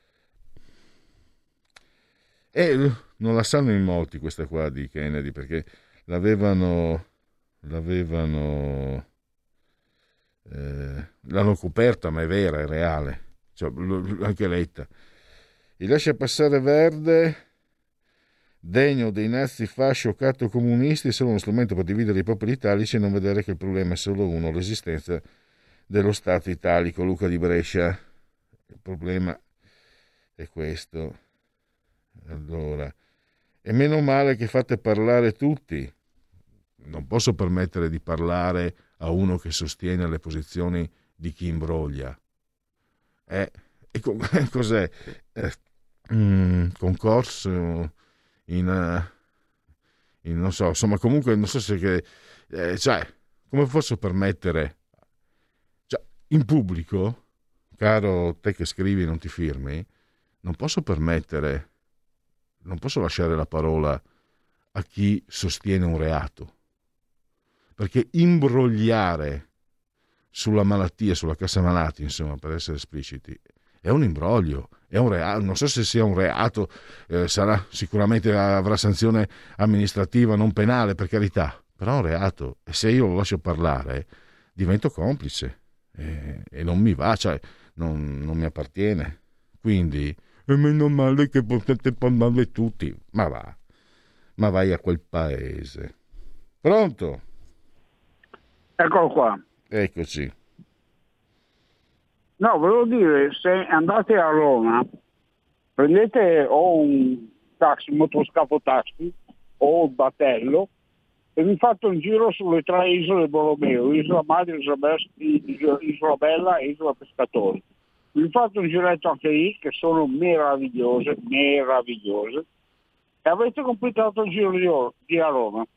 E non la sanno in molti questa qua di Kennedy, perché l'avevano l'avevano eh, l'hanno coperta, ma è vera, è reale, cioè, l- anche letta. Il lascia passare verde, degno dei nazi fasci o catto comunisti, è solo uno strumento per dividere i popoli italici e non vedere che il problema è solo uno, l'esistenza dello Stato italico. Luca di Brescia. Il problema è questo. Allora, e meno male che fate parlare tutti. Non posso permettere di parlare a uno che sostiene le posizioni di chi imbroglia. Eh, e co- cos'è? Eh, mm, concorso in, uh, in non so, insomma, comunque non so se che eh, cioè, come posso permettere, cioè, in pubblico, caro te che scrivi e non ti firmi, non posso permettere, non posso lasciare la parola a chi sostiene un reato, perché imbrogliare sulla malattia, sulla cassa malati, insomma, per essere espliciti, è un imbroglio, è un reato. Non so se sia un reato, eh, sarà sicuramente avrà sanzione amministrativa, non penale, per carità, però è un reato, e se io lo lascio parlare divento complice e, e non mi va, cioè non, non mi appartiene. Quindi è meno male che potete parlare tutti, ma va, ma vai a quel paese. Pronto? Eccolo qua. Eccoci. No, volevo dire, se andate a Roma, prendete o un taxi, un motoscafo taxi o un battello e vi fate un giro sulle tre isole Borromeo, Isola Madre, Isola, Bes- Isola Bella e Isola Pescatori. Vi fate un giretto anche lì, che sono meravigliose, meravigliose, e avete completato il giro di, di a Roma.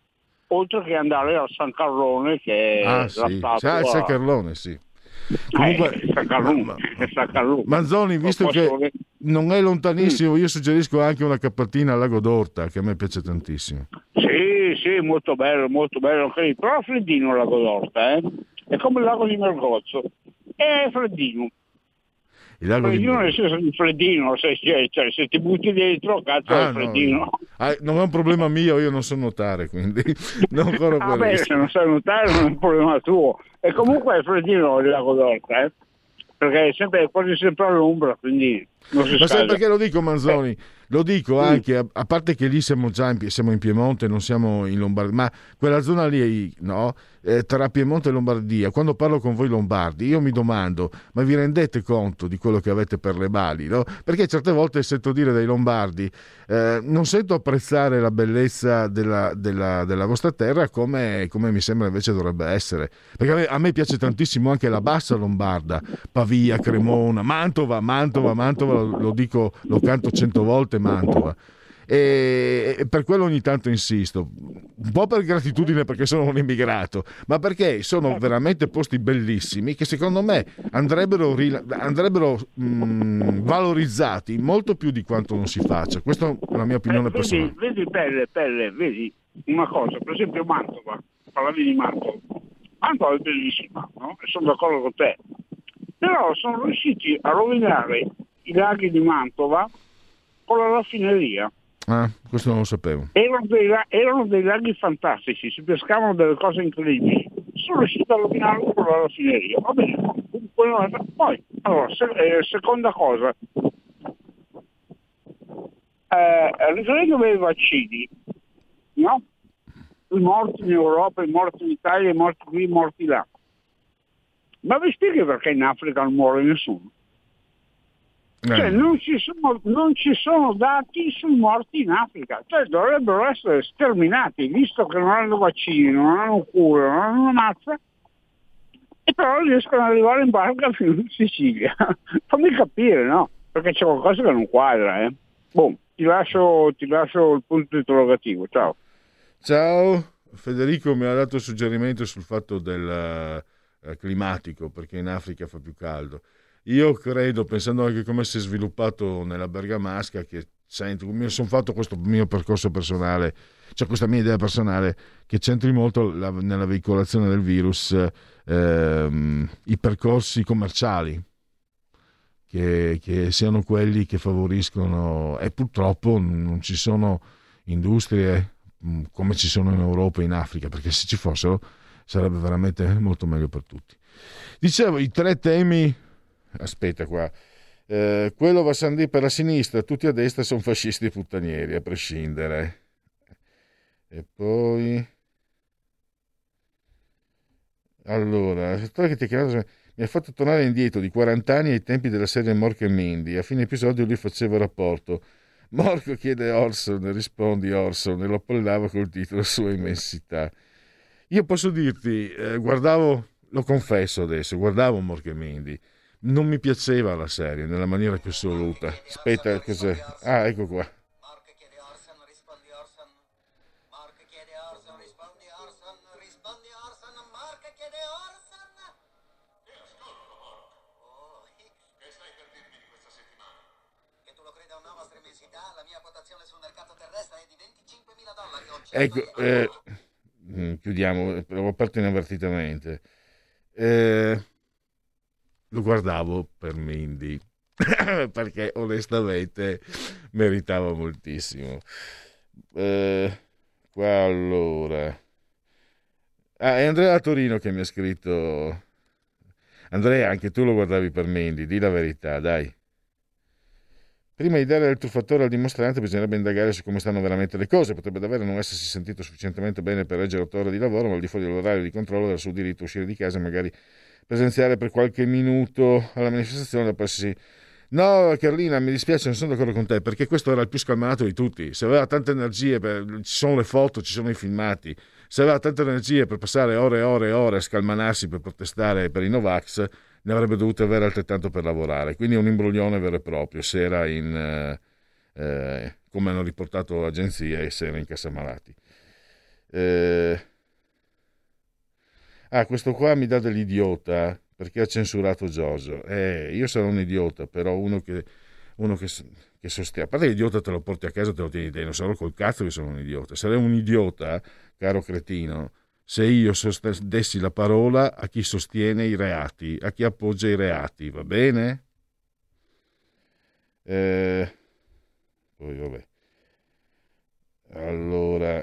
oltre che andare al San Carlone, che è Ah, la sì. statua. Ah, il San Carlone, sì. Comunque, eh, San Carlone, San Carlone. Manzoni, visto Posso- che non è lontanissimo, io suggerisco anche una cappatina al Lago d'Orta, che a me piace tantissimo. Sì, sì, molto bello, molto bello anche lì. Però è freddino il Lago d'Orta, eh? È come il lago di Mergozzo. È freddino. Il lago di Freddino nel senso di freddino, se, cioè, cioè, se ti butti dentro, cazzo, Ah, è freddino. Ah, non è un problema mio, io non so nuotare, quindi non corro Ah, per beh, rischio. se non sai nuotare non è un problema tuo. E comunque è freddino il Lago d'Orta, eh? Perché è, sempre, è quasi sempre all'ombra, quindi non si Ma sai scalda. perché lo dico, Manzoni? Eh. Lo dico anche, a, a parte che lì siamo già in, siamo in Piemonte, non siamo in Lombardia, ma quella zona lì, no? Eh, tra Piemonte e Lombardia, quando parlo con voi lombardi, io mi domando, ma vi rendete conto di quello che avete per le mani, no? Perché certe volte sento dire dai lombardi, eh, non sento apprezzare la bellezza della, della, della vostra terra come, come mi sembra invece dovrebbe essere. Perché a me, a me piace tantissimo anche la bassa lombarda, Pavia, Cremona, Mantova, Mantova, Mantova, lo, lo dico, lo canto cento volte, Mantova. E, e per quello ogni tanto insisto, un po' per gratitudine perché sono un immigrato, ma perché sono veramente posti bellissimi che secondo me andrebbero, rila- andrebbero mh, valorizzati molto più di quanto non si faccia. Questa è la mia opinione Eh, personale. vedi, vedi Pelle, Pelle, vedi una cosa, per esempio Mantova, parlavi di Mantova, Mantova è bellissima, no? E sono d'accordo con te, però sono riusciti a rovinare i laghi di Mantova con la raffineria. Ah, questo non lo sapevo. Erano dei, la- erano dei laghi fantastici, si pescavano delle cose incredibili, sono riusciti a rovinarlo con la raffineria. Va bene, quello è- poi, allora, se- eh, seconda cosa, eh, riferendomi ai vaccini, no? I morti in Europa, i morti in Italia, i morti qui, i morti là. Ma vi spieghi perché in Africa non muore nessuno? Cioè, non ci, sono, non ci sono dati sui morti in Africa, cioè dovrebbero essere sterminati, visto che non hanno vaccini, non hanno cura, non hanno una mazza, e però riescono ad arrivare in barca fino in Sicilia. Fammi capire, no? Perché c'è qualcosa che non quadra, eh. Boh, ti lascio, ti lascio il punto interrogativo, ciao. Ciao, Federico mi ha dato il suggerimento sul fatto del eh, climatico, perché in Africa fa più caldo. Io credo, pensando anche come si è sviluppato nella Bergamasca, che sento, mi sono fatto questo mio percorso personale, cioè questa mia idea personale, che c'entri molto la, nella veicolazione del virus ehm, i percorsi commerciali, che, che siano quelli che favoriscono, e purtroppo non ci sono industrie mh, come ci sono in Europa e in Africa, perché se ci fossero sarebbe veramente molto meglio per tutti. Dicevo, i tre temi. Aspetta qua, eh, quello va Sandì per la sinistra, tutti a destra sono fascisti e puttanieri, a prescindere. E poi allora, il che ti ha chiamato mi ha fatto tornare indietro di quaranta anni ai tempi della serie Mork e Mindy. A fine episodio lui faceva il rapporto, Mork chiede Orson, rispondi Orson, e lo appellava col titolo Sua immensità. Io posso dirti, eh, guardavo, lo confesso adesso, guardavo Mork e Mindy. Non mi piaceva la serie nella maniera più assoluta. Aspetta, cos'è? Ah, ecco qua. Ecco, eh, chiudiamo, l'ho aperto inavvertitamente. Eh, lo guardavo per Mindy perché onestamente meritava moltissimo. Eh, qua allora, ah, è Andrea da Torino che mi ha scritto. Andrea, anche tu lo guardavi per Mindy, di la verità, dai. Prima di dare il truffatore al dimostrante bisognerebbe indagare su come stanno veramente le cose. Potrebbe davvero non essersi sentito sufficientemente bene per reggere otto ore di lavoro, ma al di fuori dell'orario di controllo del suo diritto a uscire di casa e magari presenziare per qualche minuto alla manifestazione da poi si... No, Carlina, mi dispiace, non sono d'accordo con te, perché questo era il più scalmanato di tutti. Se aveva tante energie, per... ci sono le foto, ci sono i filmati, se aveva tante energie per passare ore e ore e ore a scalmanarsi per protestare per i Novax, ne avrebbe dovute avere altrettanto per lavorare. Quindi un imbroglione vero e proprio, se era in, eh, eh, come hanno riportato agenzie, e se era in cassa malati. Eh... Ah, questo qua mi dà dell'idiota perché ha censurato Giorgio. Eh, io sono un idiota, però uno che, uno che, che sostiene. A parte l'idiota te lo porti a casa, te lo tieni dentro, solo col cazzo che sono un idiota. Sarei un idiota, caro cretino, se io dessi la parola a chi sostiene i reati, a chi appoggia i reati, va bene? Eh, poi vabbè. Allora,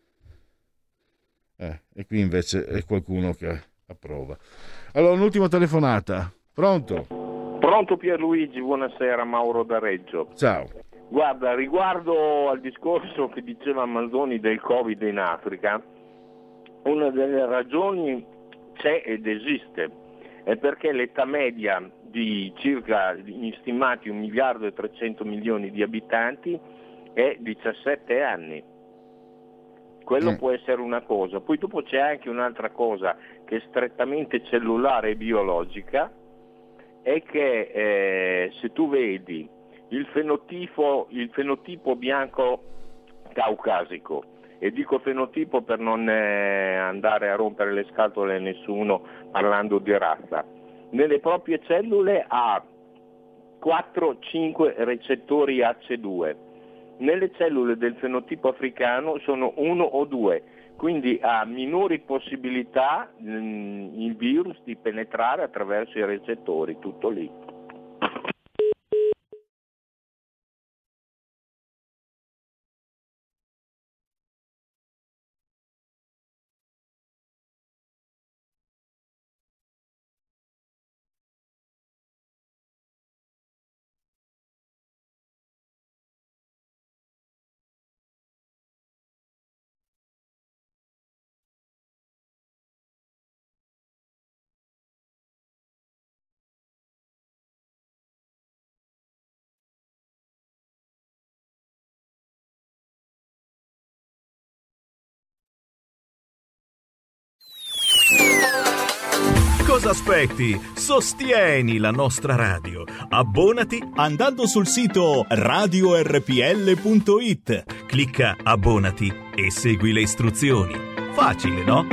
eh, e qui invece è qualcuno che approva. Allora, un'ultima telefonata. Pronto? Pronto Pierluigi, buonasera, Mauro da Reggio. Ciao. Guarda, riguardo al discorso che diceva Manzoni del Covid in Africa, una delle ragioni c'è ed esiste, è perché l'età media di circa, stimati un miliardo e trecento milioni di abitanti è diciassette anni. Quello mm. può essere una cosa. Poi dopo c'è anche un'altra cosa che è strettamente cellulare e biologica, è che eh, se tu vedi il fenotipo, il fenotipo bianco caucasico, e dico fenotipo per non eh, andare a rompere le scatole a nessuno parlando di razza, nelle proprie cellule ha quattro cinque recettori A C E due, nelle cellule del fenotipo africano sono uno o due, quindi ha minori possibilità mh, il virus di penetrare attraverso i recettori, tutto lì. Cosa aspetti? Sostieni la nostra radio. Abbonati andando sul sito radio erre pi elle punto it. Clicca abbonati e segui le istruzioni. Facile, no?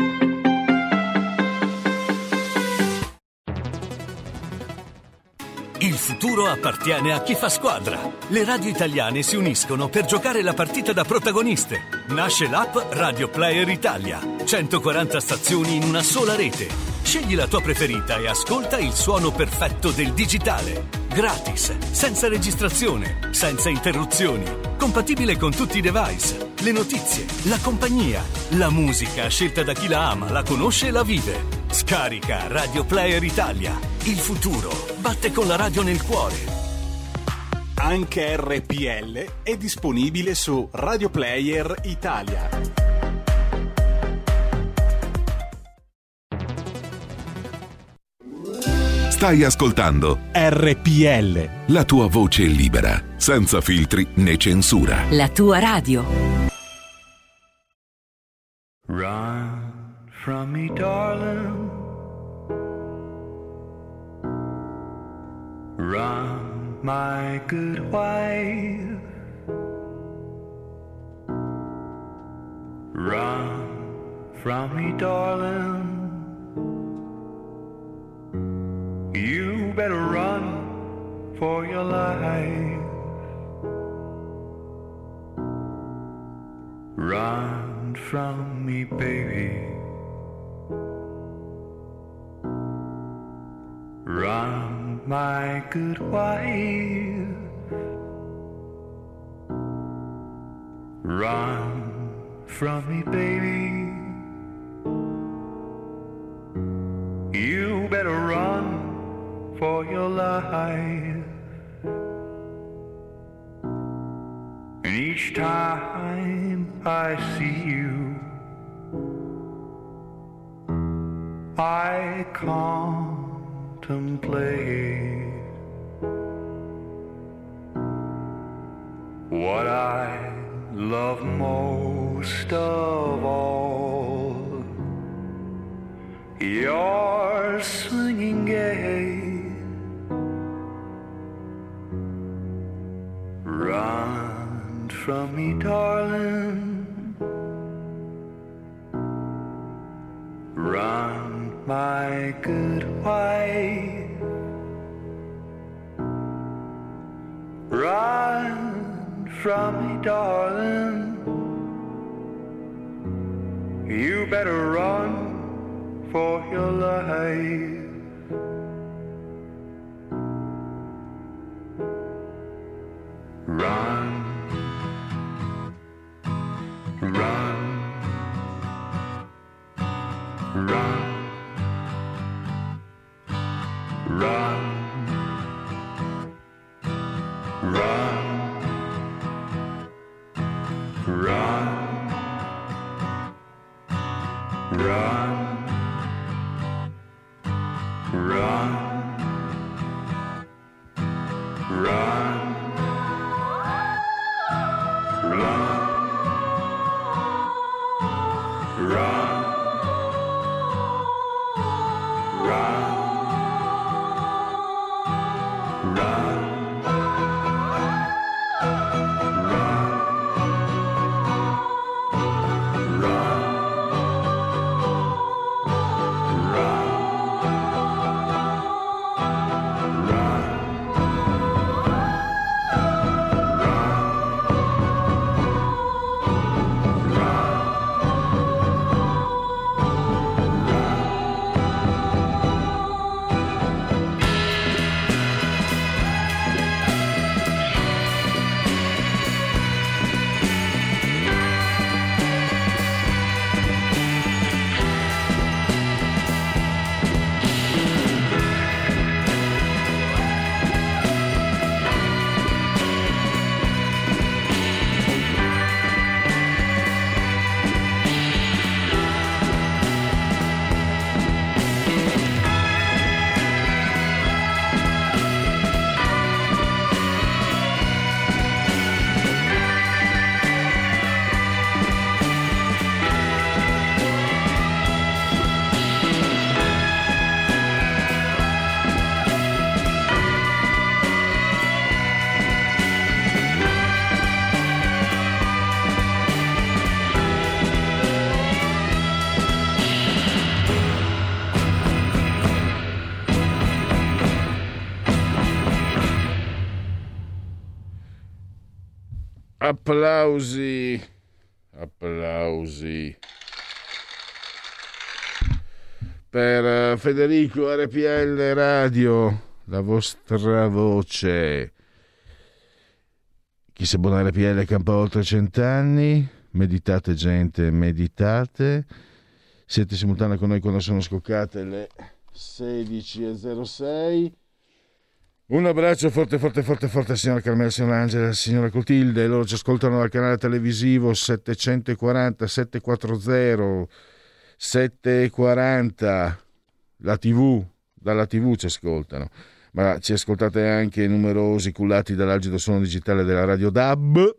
Il futuro appartiene a chi fa squadra. Le radio italiane si uniscono per giocare la partita da protagoniste. Nasce l'app Radio Player Italia. centoquaranta stazioni in una sola rete. Scegli la tua preferita e ascolta il suono perfetto del digitale. Gratis, senza registrazione, senza interruzioni. Compatibile con tutti i device. Le notizie, la compagnia, la musica scelta da chi la ama, la conosce e la vive. Scarica Radio Player Italia. Il futuro batte con la radio nel cuore. Anche erre pi elle è disponibile su Radio Player Italia. Stai ascoltando erre pi elle, la tua voce libera, senza filtri né censura. La tua radio. Run from me, darling. Run, my good wife. Run from me, darling. You better run for your life. Run from me, baby. Run, my good wife. Run from me, baby. You better run for your life. And each time I see you, I contemplate what I love most of all, your swinging gait. Run from me, darling. Run, my good wife, run from me, darling. You better run for your life. Run, run, run, run, run, run, run, run, run. Applausi, applausi per Federico, R P L Radio, la vostra voce. Chi se buona R P L campa oltre cent'anni. Meditate gente, meditate. Siete simultanei con noi quando sono scoccate le sedici e zero sei. Un abbraccio forte forte forte forte al signor Carmela, al signor Angela, alla signora Clotilde. Loro ci ascoltano dal canale televisivo settecentoquaranta settecentoquaranta settecentoquaranta, la tivù, dalla tivù ci ascoltano, ma ci ascoltate anche numerosi cullati dall'algido suono digitale della Radio D A B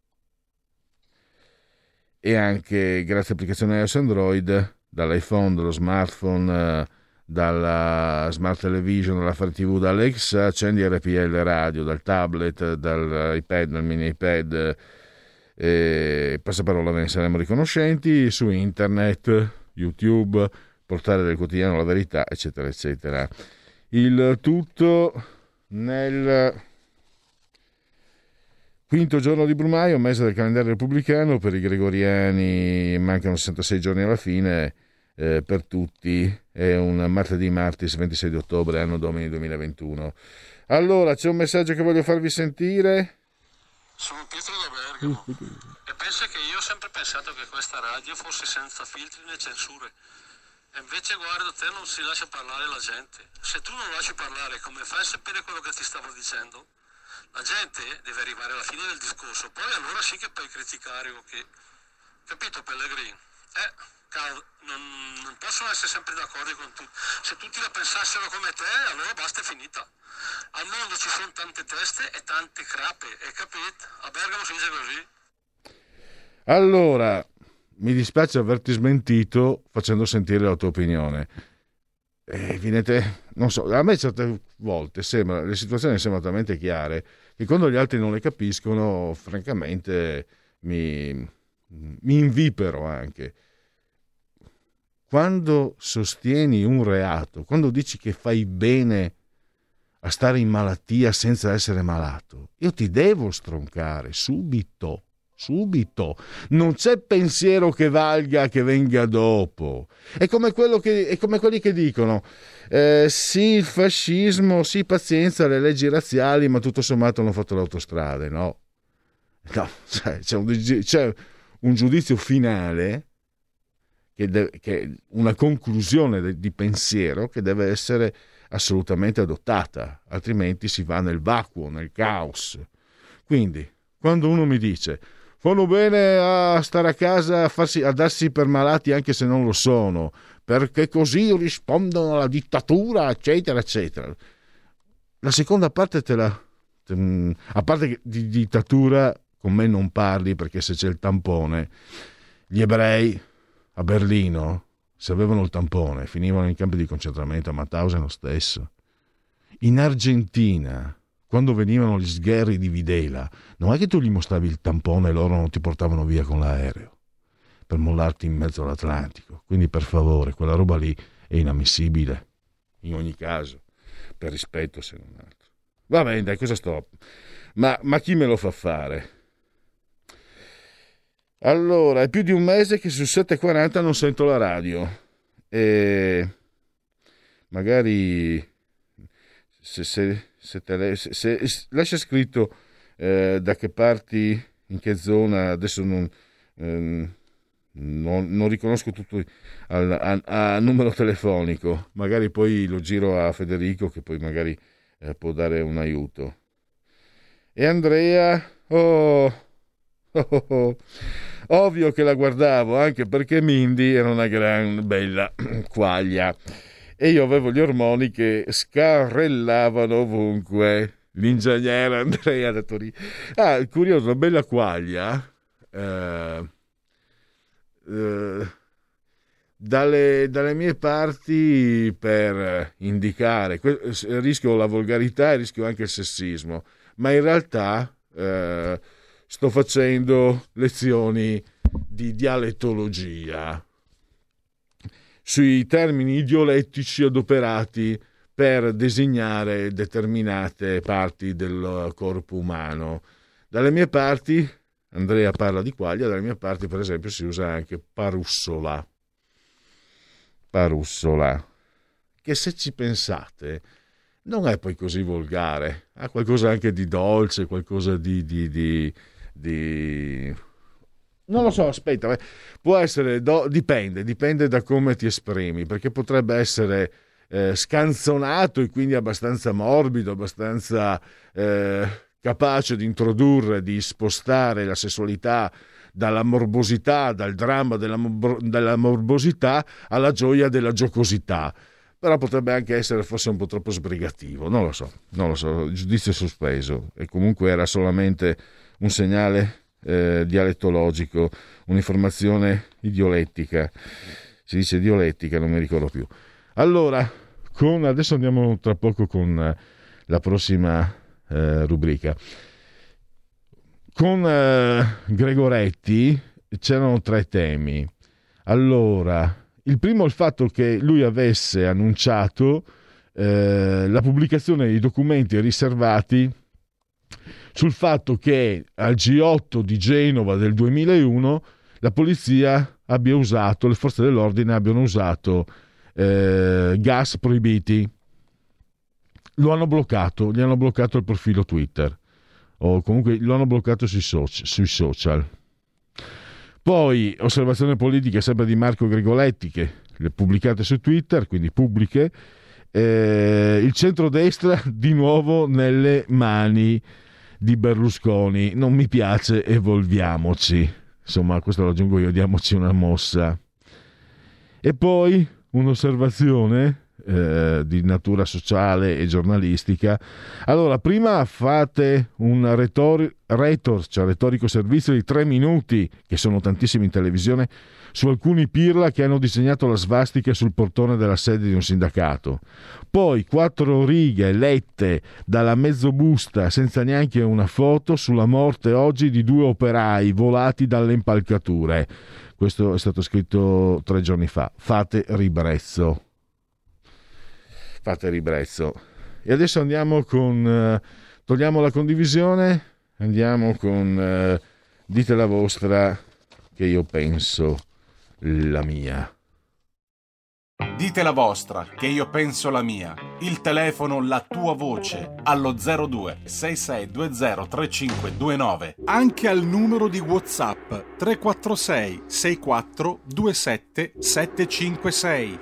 e anche grazie all'applicazione iOS Android, dall'iPhone, dallo smartphone, dalla smart television, dalla Fire tivù, dall'Alexa. Accendi R P L Radio, dal tablet, dall'iPad, dal mini iPad, e passaparola, ve ne saremo riconoscenti, su internet, YouTube, portale del quotidiano La Verità, eccetera eccetera. Il tutto nel quinto giorno di Brumaio, mese del calendario repubblicano. Per i gregoriani mancano sessantasei giorni alla fine. Eh, per tutti è un martedì martis ventisei di ottobre anno domini duemilaventuno. Allora c'è un messaggio che voglio farvi sentire. Sono Pietro da Bergamo e penso che io ho sempre pensato che questa radio fosse senza filtri né censure, e invece guarda te, non si lascia parlare la gente. Se tu non lasci parlare, come fai a sapere quello che ti stavo dicendo? La gente deve arrivare alla fine del discorso, poi allora sì che puoi criticare o che, capito Pellegrini? Eh Cavolo, non, non possono essere sempre d'accordo con tutti. Se tutti la pensassero come te, allora basta, è finita. Al mondo ci sono tante teste e tante crape, e capito? A Bergamo si dice così. Allora, mi dispiace averti smentito facendo sentire la tua opinione. Eh, venite, non so, a me certe volte sembra, le situazioni sembrano talmente chiare che quando gli altri non le capiscono, francamente, mi, mi invipero anche. quando sostieni un reato, quando dici che fai bene a stare in malattia senza essere malato, io ti devo stroncare subito, subito. Non c'è pensiero che valga che venga dopo. È come, quello che, è come quelli che dicono eh, sì, il fascismo, sì, pazienza, le leggi razziali, ma tutto sommato hanno fatto le autostrade. No, no, cioè, c'è, un, c'è un giudizio finale, che, de- che una conclusione de- di pensiero che deve essere assolutamente adottata, altrimenti si va nel vacuo, nel caos. Quindi, quando uno mi dice fanno bene a stare a casa, a, farsi, a darsi per malati anche se non lo sono, perché così rispondono alla dittatura, eccetera, eccetera. La seconda parte te la... Te, a parte che di dittatura con me non parli, perché se c'è il tampone, gli ebrei a Berlino, se avevano il tampone, finivano in campi di concentramento, a Mauthausen lo stesso. In Argentina, quando venivano gli sgherri di Videla, non è che tu gli mostravi il tampone e loro non ti portavano via con l'aereo per mollarti in mezzo all'Atlantico. Quindi per favore, quella roba lì è inammissibile, in ogni caso, per rispetto se non altro. Va bene, dai, cosa sto? Ma, ma chi me lo fa fare? Allora, è più di un mese che su sette e quaranta non sento la radio e magari se, se, se, te, se, se lascia scritto eh, da che parti, in che zona, adesso non, eh, non, non riconosco tutto al, a, a numero telefonico, magari poi lo giro a Federico che poi magari eh, può dare un aiuto. E Andrea, oh, oh, oh, oh. Ovvio che la guardavo, anche perché Mindy era una gran bella quaglia e io avevo gli ormoni che scarrellavano ovunque. L'ingegnere Andrea da Torino. Ah, curioso, una bella quaglia eh, eh, dalle, dalle mie parti, per indicare, rischio la volgarità e rischio anche il sessismo, ma in realtà eh, sto facendo lezioni di dialettologia sui termini idiolettici adoperati per designare determinate parti del corpo umano. Dalle mie parti, Andrea parla di quaglia, dalle mie parti per esempio si usa anche parussola. Parussola, che se ci pensate non è poi così volgare, ha qualcosa anche di dolce, qualcosa di... di, di di non lo so, aspetta, può essere do... dipende, dipende da come ti esprimi, perché potrebbe essere eh, scanzonato e quindi abbastanza morbido, abbastanza eh, capace di introdurre, di spostare la sessualità dalla morbosità, dal dramma della, della morbosità alla gioia della giocosità, però potrebbe anche essere forse un po' troppo sbrigativo, non lo so, non lo so, giudizio sospeso, e comunque era solamente un segnale eh, dialettologico, un'informazione idiolettica, si dice idiolettica, non mi ricordo più. Allora, con, adesso andiamo tra poco con eh, la prossima eh, rubrica. Con eh, Gregoretti c'erano tre temi. Allora, il primo è il fatto che lui avesse annunciato eh, la pubblicazione di documenti riservati sul fatto che al G otto di Genova del duemilauno la polizia abbia usato, le forze dell'ordine abbiano usato eh, gas proibiti. Lo hanno bloccato, gli hanno bloccato il profilo Twitter, o comunque lo hanno bloccato sui, soci, sui social. Poi osservazione politica sempre di Marco Gregoletti, che le pubblicate su Twitter, quindi pubbliche, eh, il centrodestra di nuovo nelle mani di Berlusconi, non mi piace, evolviamoci, insomma questo lo aggiungo io, diamoci una mossa. E poi un'osservazione eh, di natura sociale e giornalistica. Allora, prima fate un retor, retor, cioè retorico servizio di tre minuti, che sono tantissimi in televisione, su alcuni pirla che hanno disegnato la svastica sul portone della sede di un sindacato. Poi quattro righe lette dalla mezzobusta senza neanche una foto sulla morte oggi di due operai volati dalle impalcature. Questo è stato scritto tre giorni fa. Fate ribrezzo. Fate ribrezzo. E adesso andiamo con... Eh, togliamo la condivisione, andiamo con... Eh, dite la vostra, che io penso la mia. Dite la vostra, che io penso la mia. Il telefono, la tua voce, allo zero due sei sei due zero tre cinque due nove. Anche al numero di WhatsApp tre quattro sei sei quattro due sette sette cinque sei.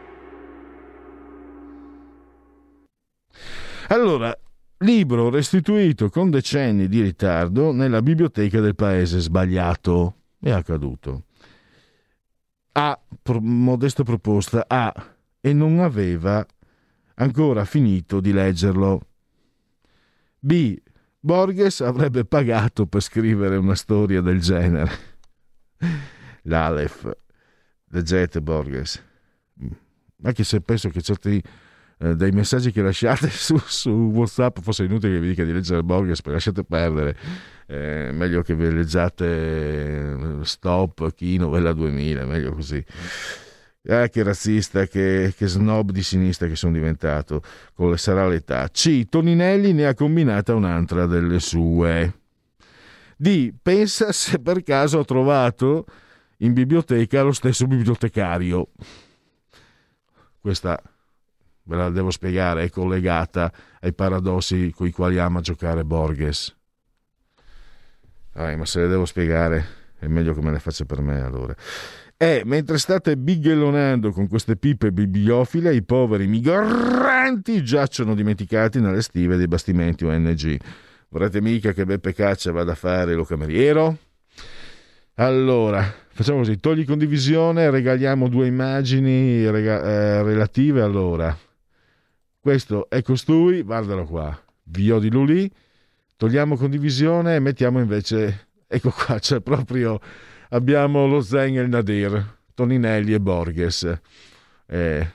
Allora, libro restituito con decenni di ritardo nella biblioteca del paese sbagliato. È accaduto. A, pro, modesta proposta, A, e non aveva ancora finito di leggerlo. B, Borges avrebbe pagato per scrivere una storia del genere. L'Aleph, leggete Borges. Anche se penso che certi eh, dei messaggi che lasciate su, su WhatsApp fosse inutile che vi dica di leggere Borges, perché lasciate perdere. Eh, meglio che vi leggiate Stop, Chi, Novella duemila, meglio così. Eh, che razzista, che, che snob di sinistra che sono diventato, con le sarà l'età. C, Toninelli ne ha combinata un'altra delle sue. D, pensa se per caso ho trovato in biblioteca lo stesso bibliotecario. Questa ve la devo spiegare, è collegata ai paradossi con i quali ama giocare Borges. Ah, ma se le devo spiegare è meglio che me le faccia per me, allora. E mentre state bighellonando con queste pipe bibliofile, i poveri migranti giacciono dimenticati nelle stive dei bastimenti O N G. Vorrete mica che Beppe Caccia vada a fare lo cameriero? Allora, facciamo così, togli condivisione, regaliamo due immagini rega- eh, relative. Allora, questo è costui, guardalo qua, Vio di Lulì. Togliamo condivisione e mettiamo invece, ecco qua, c'è proprio, abbiamo lo Zen e il Nadir, Toninelli e Borges. Eh,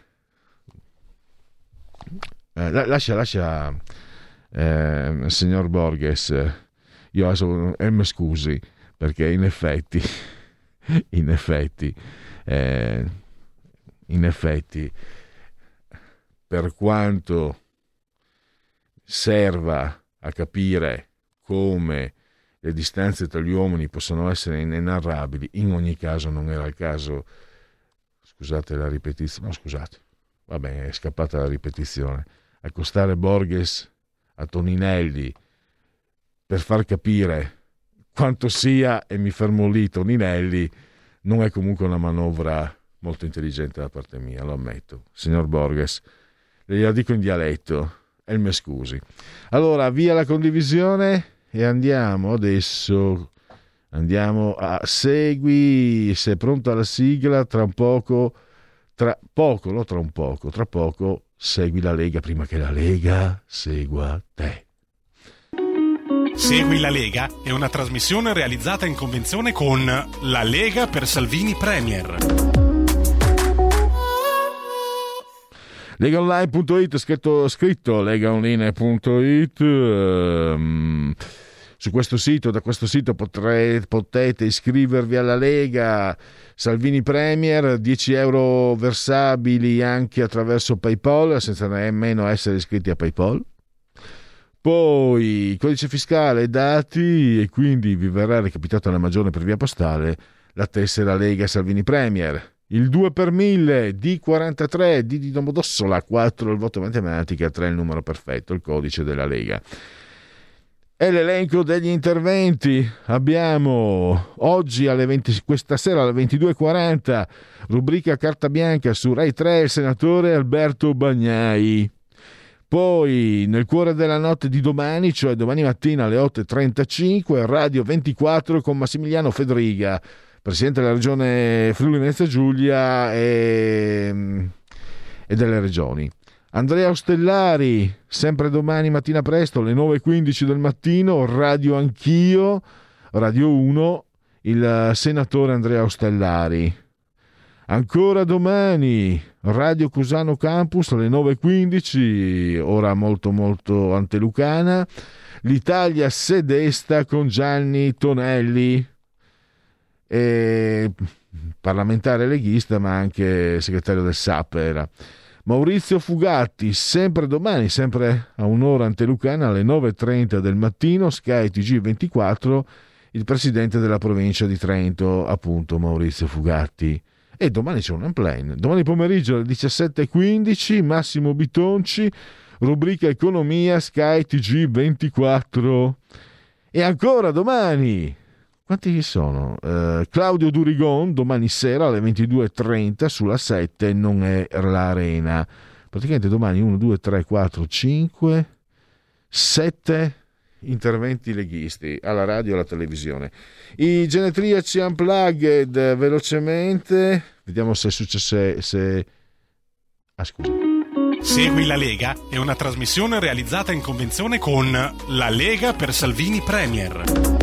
eh, lascia, lascia, eh, signor Borges, io adesso, eh, mi scusi, perché in effetti, in effetti, eh, in effetti, per quanto serva a capire come le distanze tra gli uomini possono essere inenarrabili, in ogni caso non era il caso, scusate la ripetizione, no scusate, va bene, è scappata la ripetizione, accostare Borges a Toninelli per far capire quanto sia, e mi fermo lì, Toninelli, non è comunque una manovra molto intelligente da parte mia, lo ammetto. Signor Borges, gliela dico in dialetto, e me scusi. Allora, via la condivisione e andiamo adesso, andiamo a segui, sei pronto alla sigla, tra un poco, tra poco, no tra un poco, tra poco segui la Lega prima che la Lega segua te. Segui la Lega è una trasmissione realizzata in convenzione con La Lega per Salvini Premier. legaonline punto it, scritto, scritto legaonline punto it. Um, su questo sito, da questo sito potre, potete iscrivervi alla Lega Salvini Premier, dieci euro versabili anche attraverso PayPal senza nemmeno essere iscritti a PayPal. Poi codice fiscale, dati, e quindi vi verrà recapitata la maggiore per via postale la tessera Lega Salvini Premier. Il due per mille, D quarantatré, D di Domodossola, quattro il voto matematica, tre il numero perfetto, il codice della Lega. E l'elenco degli interventi. Abbiamo oggi alle venti, questa sera alle ventidue e quaranta, rubrica Carta Bianca su Rai tre, il senatore Alberto Bagnai. Poi nel cuore della notte di domani, cioè domani mattina alle otto e trentacinque, Radio ventiquattro con Massimiliano Fedriga, presidente della regione Friuli Venezia Giulia e, e delle regioni. Andrea Ostellari, sempre domani mattina presto alle nove e quindici del mattino, Radio Anch'io, Radio uno, il senatore Andrea Ostellari. Ancora domani, Radio Cusano Campus alle nove e quindici, ora molto molto antelucana, l'Italia se desta con Gianni Tonelli. E parlamentare leghista ma anche segretario del S A P era. Maurizio Fugatti, sempre domani, sempre a un'ora antelucana, alle nove e trenta del mattino, Sky T G ventiquattro, il presidente della provincia di Trento, appunto Maurizio Fugatti. E domani c'è un unplane. Domani pomeriggio alle diciassette e quindici, Massimo Bitonci, rubrica Economia, Sky T G ventiquattro. E ancora domani, quanti sono? Uh, Claudio Durigon, domani sera alle ventidue e trenta sulla sette, non è l'Arena. Praticamente domani uno, due, tre, quattro, cinque, sette interventi leghisti alla radio e alla televisione. I genetriaci unplugged, velocemente, vediamo se è successo. Se, se... Ah, scusa. Segui la Lega è una trasmissione realizzata in convenzione con La Lega per Salvini Premier.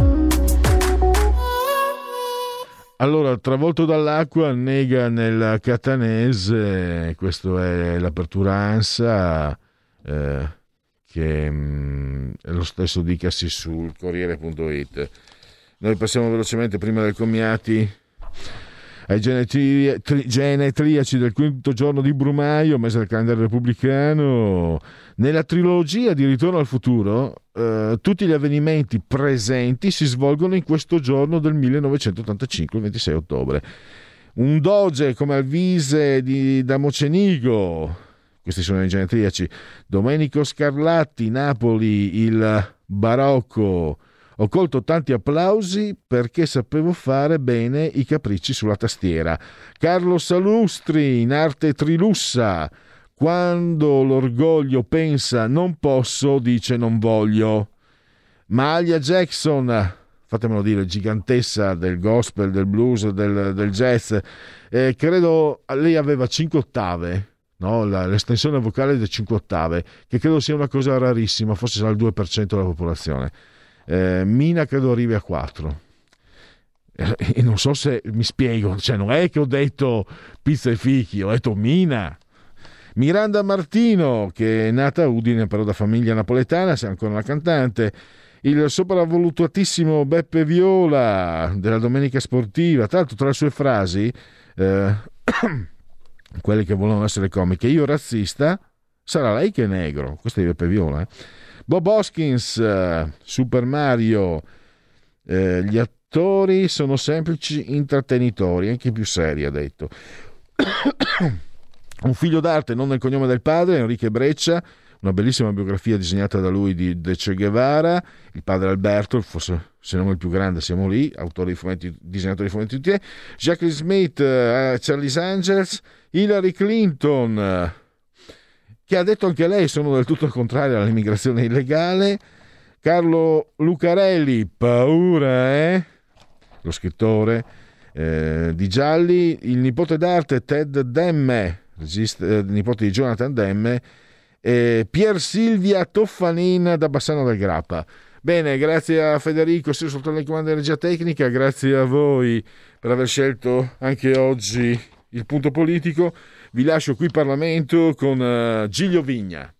Allora, travolto dall'acqua, nega nel catanese, questa è l'apertura ANSA, eh, che mh, è lo stesso dicasi sul Corriere punto it. Noi passiamo velocemente, prima del commiati, ai genetri- tri- genetriaci del quinto giorno di Brumaio, mese del calendario repubblicano. Nella trilogia di Ritorno al futuro, eh, tutti gli avvenimenti presenti si svolgono in questo giorno del millenovecentottantacinque, il ventisei ottobre. Un doge come Alvise di, da Mocenigo, questi sono i genetriaci. Domenico Scarlatti, Napoli, il barocco. Ho colto tanti applausi perché sapevo fare bene i capricci sulla tastiera. Carlo Salustri, in arte Trilussa. Quando l'orgoglio pensa non posso, dice non voglio. Mahalia Jackson, fatemelo dire, gigantessa del gospel, del blues, del, del jazz. Eh, credo lei aveva cinque ottave. No, la, l'estensione vocale di cinque ottave, che credo sia una cosa rarissima, forse sarà il due per cento della popolazione. Eh, Mina credo arrivi a quattro. Eh, e non so se mi spiego, cioè non è che ho detto pizza e fichi, ho detto Mina. Miranda Martino, che è nata a Udine però da famiglia napoletana, sei ancora una cantante. Il sopravvalutatissimo Beppe Viola della Domenica Sportiva, tra l'altro tra le sue frasi eh, quelle che volevano essere comiche, io razzista, sarà lei che è negro. Questo è Beppe Viola. Eh. Bob Hoskins, uh, Super Mario, eh, gli attori sono semplici intrattenitori, anche i più seri, ha detto. Un figlio d'arte, non nel cognome del padre, Enrique Breccia, una bellissima biografia disegnata da lui di De Che Guevara, il padre Alberto, forse se non il più grande siamo lì, autore di fumetti, disegnatore di fumetti tutti, Jacqueline Smith, uh, Charlie's Angels, Hillary Clinton, uh, che ha detto anche lei sono del tutto contrario all'immigrazione illegale. Carlo Lucarelli, paura, eh? Lo scrittore eh, di gialli. Il nipote d'arte Ted Demme, regista, eh, nipote di Jonathan Demme, e Pier Silvia Toffanin da Bassano del Grappa. Bene, grazie a Federico, sì, sotto le comande di regia tecnica, grazie a voi per aver scelto anche oggi il punto politico. Vi lascio qui Parlamento con uh, Giglio Vigna.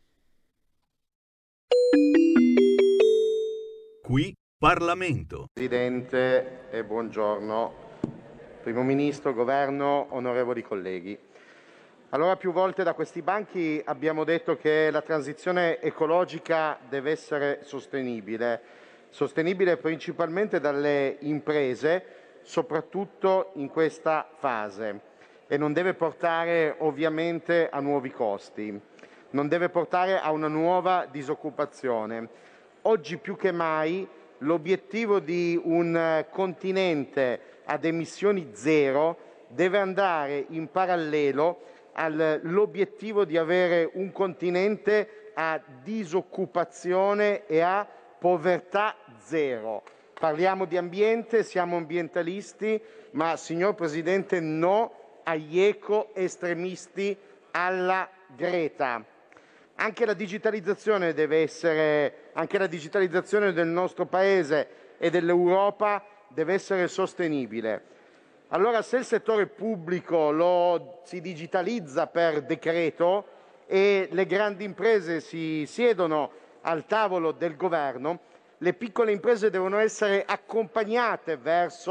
Qui Parlamento. Presidente e buongiorno. Primo Ministro, Governo, onorevoli colleghi. Allora, più volte da questi banchi abbiamo detto che la transizione ecologica deve essere sostenibile, sostenibile principalmente dalle imprese, soprattutto in questa fase. E non deve portare ovviamente a nuovi costi, non deve portare a una nuova disoccupazione. Oggi più che mai l'obiettivo di un continente ad emissioni zero deve andare in parallelo all'obiettivo di avere un continente a disoccupazione e a povertà zero. Parliamo di ambiente, siamo ambientalisti, ma signor Presidente no agli eco-estremisti alla Greta. Anche la digitalizzazione deve essere, anche la digitalizzazione del nostro Paese e dell'Europa deve essere sostenibile. Allora, se il settore pubblico lo si digitalizza per decreto e le grandi imprese si siedono al tavolo del governo, le piccole imprese devono essere accompagnate verso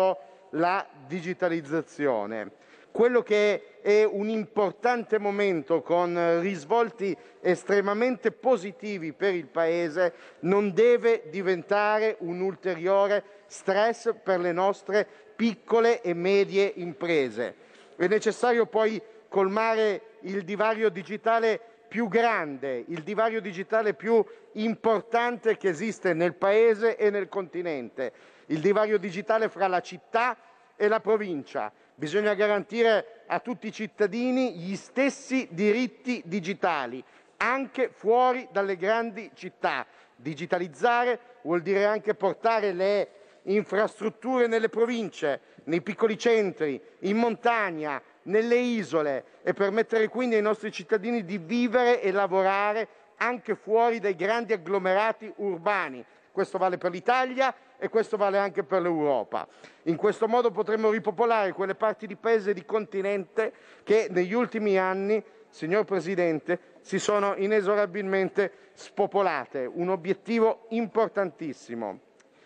la digitalizzazione. Quello che è un importante momento con risvolti estremamente positivi per il Paese non deve diventare un ulteriore stress per le nostre piccole e medie imprese. È necessario poi colmare il divario digitale più grande, il divario digitale più importante che esiste nel Paese e nel continente, il divario digitale fra la città e la provincia. Bisogna garantire a tutti i cittadini gli stessi diritti digitali, anche fuori dalle grandi città. Digitalizzare vuol dire anche portare le infrastrutture nelle province, nei piccoli centri, in montagna, nelle isole e permettere quindi ai nostri cittadini di vivere e lavorare anche fuori dai grandi agglomerati urbani. Questo vale per l'Italia e questo vale anche per l'Europa. In questo modo potremo ripopolare quelle parti di paese e di continente che negli ultimi anni, signor Presidente, si sono inesorabilmente spopolate. Un obiettivo importantissimo.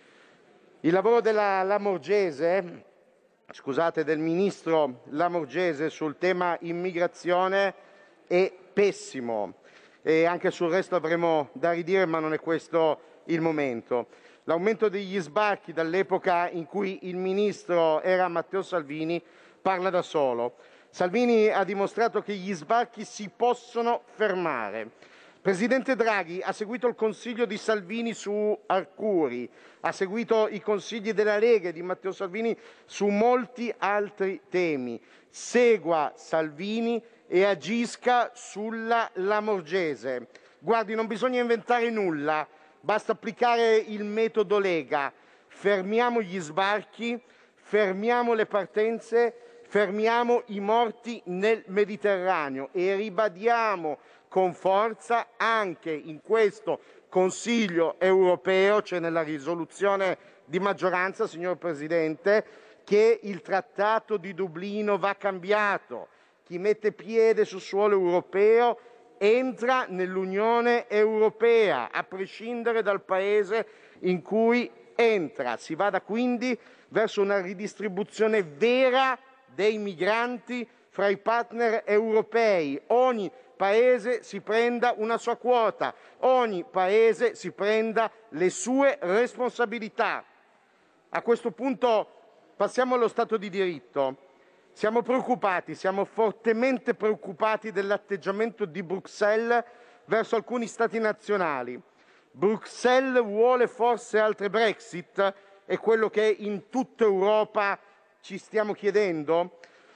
Il lavoro della Lamorgese, scusate, del ministro Lamorgese sul tema immigrazione è pessimo e anche sul resto avremo da ridire, ma non è questo il momento. L'aumento degli sbarchi dall'epoca in cui il ministro era Matteo Salvini parla da solo. Salvini ha dimostrato che gli sbarchi si possono fermare. Presidente Draghi ha seguito il consiglio di Salvini su Arcuri, ha seguito i consigli della Lega e di Matteo Salvini su molti altri temi. Segua Salvini e agisca sulla Lamorgese. Guardi, non bisogna inventare nulla. Basta applicare il metodo Lega. Fermiamo gli sbarchi, fermiamo le partenze, fermiamo i morti nel Mediterraneo e ribadiamo con forza anche in questo Consiglio europeo, cioè nella risoluzione di maggioranza, signor Presidente, che il Trattato di Dublino va cambiato. Chi mette piede sul suolo europeo entra nell'Unione Europea, a prescindere dal paese in cui entra. Si vada quindi verso una ridistribuzione vera dei migranti fra i partner europei. Ogni paese si prenda una sua quota, ogni paese si prenda le sue responsabilità. A questo punto passiamo allo Stato di diritto. Siamo preoccupati, siamo fortemente preoccupati dell'atteggiamento di Bruxelles verso alcuni Stati nazionali. Bruxelles vuole forse altre Brexit? È quello che in tutta Europa ci stiamo chiedendo?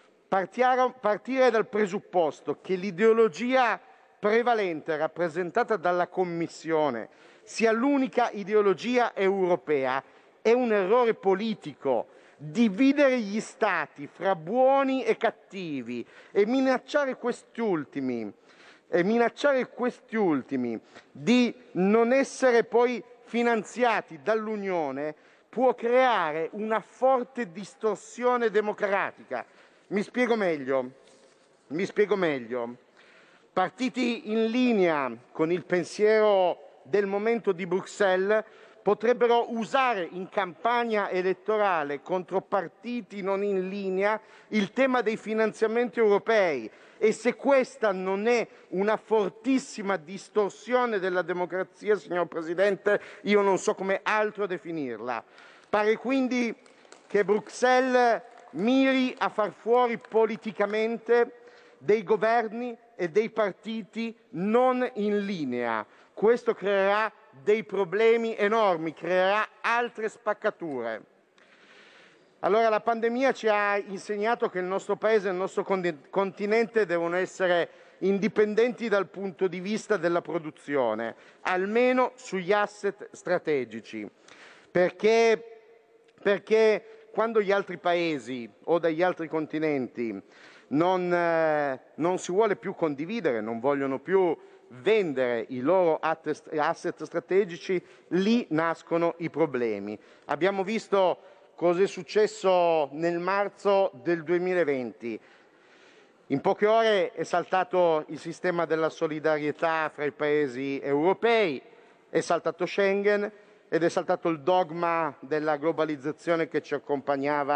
Partire dal presupposto che l'ideologia prevalente rappresentata dalla Commissione sia l'unica ideologia europea è un errore politico. Dividere gli Stati fra buoni e cattivi e minacciare questi ultimi, e minacciare questi ultimi di non essere poi finanziati dall'Unione può creare una forte distorsione democratica. Mi spiego meglio. Mi spiego meglio. Partiti in linea con il pensiero del momento di Bruxelles potrebbero usare in campagna elettorale contro partiti non in linea il tema dei finanziamenti europei e se questa non è una fortissima distorsione della democrazia, signor Presidente, io non so come altro definirla. Pare quindi che Bruxelles miri a far fuori politicamente dei governi e dei partiti non in linea. Questo creerà dei problemi enormi, creerà altre spaccature. Allora la pandemia ci ha insegnato che il nostro Paese e il nostro continente devono essere indipendenti dal punto di vista della produzione, almeno sugli asset strategici, perché, perché quando gli altri Paesi o dagli altri continenti non, eh, non si vuole più condividere, non vogliono più vendere i loro asset strategici, lì nascono i problemi. Abbiamo visto cosa è successo nel marzo del duemilaventi. In poche ore è saltato il sistema della solidarietà fra i paesi europei, è saltato Schengen ed è saltato il dogma della globalizzazione che ci accompagnava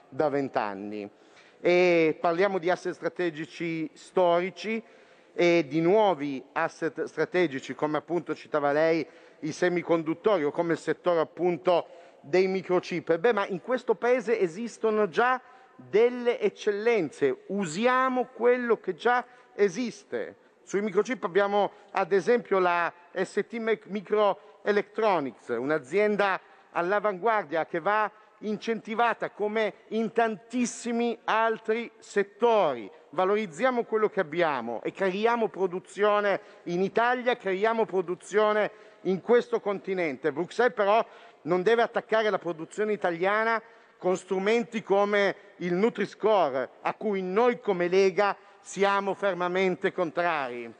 da vent'anni. E parliamo di asset strategici storici e di nuovi asset strategici, come appunto citava lei i semiconduttori o come il settore appunto dei microchip. Beh, ma in questo Paese esistono già delle eccellenze, usiamo quello che già esiste. Sui microchip abbiamo ad esempio la S T Microelectronics, un'azienda all'avanguardia che va incentivata come in tantissimi altri settori. Valorizziamo quello che abbiamo e creiamo produzione in Italia, creiamo produzione in questo continente. Bruxelles però non deve attaccare la produzione italiana con strumenti come il Nutri-Score, a cui noi come Lega siamo fermamente contrari.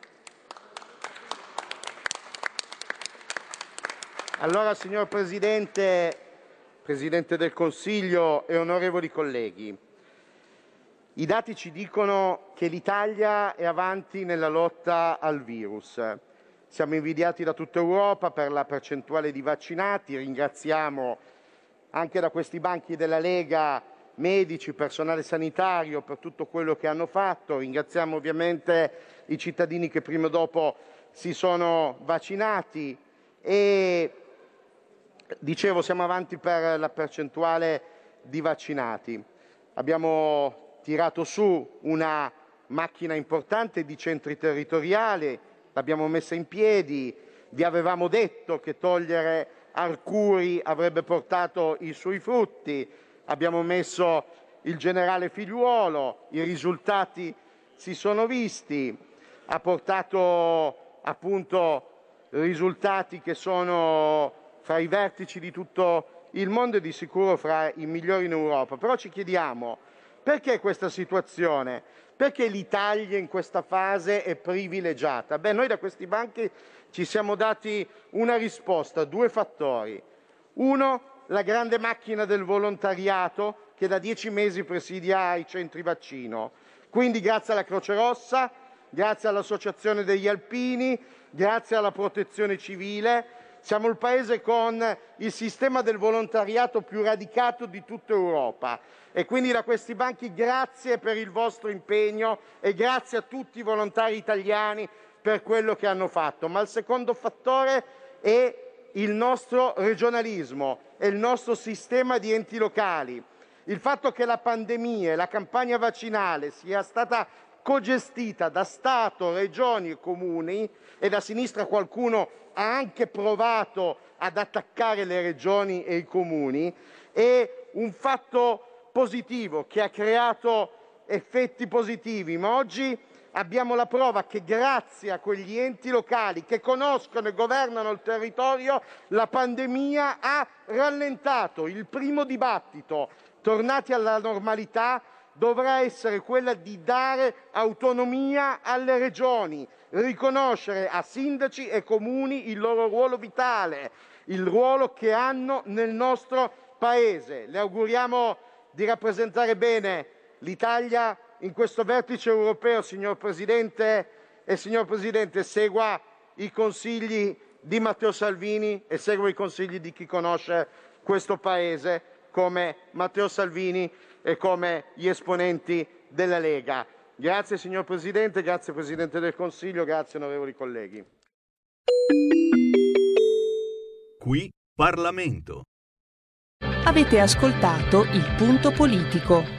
Allora, signor Presidente, Presidente del Consiglio e onorevoli colleghi, i dati ci dicono che l'Italia è avanti nella lotta al virus. Siamo invidiati da tutta Europa per la percentuale di vaccinati. Ringraziamo anche da questi banchi della Lega medici, personale sanitario per tutto quello che hanno fatto. Ringraziamo ovviamente i cittadini che prima o dopo si sono vaccinati e dicevo, siamo avanti per la percentuale di vaccinati. Abbiamo tirato su una macchina importante di centri territoriali, l'abbiamo messa in piedi, vi avevamo detto che togliere Arcuri avrebbe portato i suoi frutti, abbiamo messo il generale Figliuolo, i risultati si sono visti, ha portato appunto risultati che sono fra i vertici di tutto il mondo e di sicuro fra i migliori in Europa. Però ci chiediamo, perché questa situazione? Perché l'Italia in questa fase è privilegiata? Beh, noi da questi banchi ci siamo dati una risposta, due fattori. Uno, la grande macchina del volontariato che da dieci mesi presidia i centri vaccino. Quindi grazie alla Croce Rossa, grazie all'Associazione degli Alpini, grazie alla Protezione Civile, siamo il paese con il sistema del volontariato più radicato di tutta Europa e quindi da questi banchi grazie per il vostro impegno e grazie a tutti i volontari italiani per quello che hanno fatto. Ma il secondo fattore è il nostro regionalismo e il nostro sistema di enti locali. Il fatto che la pandemia e la campagna vaccinale sia stata cogestita da Stato, Regioni e Comuni, e da sinistra qualcuno ha anche provato ad attaccare le Regioni e i Comuni, è un fatto positivo che ha creato effetti positivi, ma oggi abbiamo la prova che grazie a quegli enti locali che conoscono e governano il territorio, la pandemia ha rallentato. Il primo dibattito, tornati alla normalità, dovrà essere quella di dare autonomia alle regioni, riconoscere a sindaci e comuni il loro ruolo vitale, il ruolo che hanno nel nostro Paese. Le auguriamo di rappresentare bene l'Italia in questo vertice europeo, signor Presidente, e signor Presidente segua i consigli di Matteo Salvini e segua i consigli di chi conosce questo Paese come Matteo Salvini e come gli esponenti della Lega. Grazie signor Presidente, grazie Presidente del Consiglio, grazie onorevoli colleghi. Qui Parlamento. Avete ascoltato Il Punto Politico.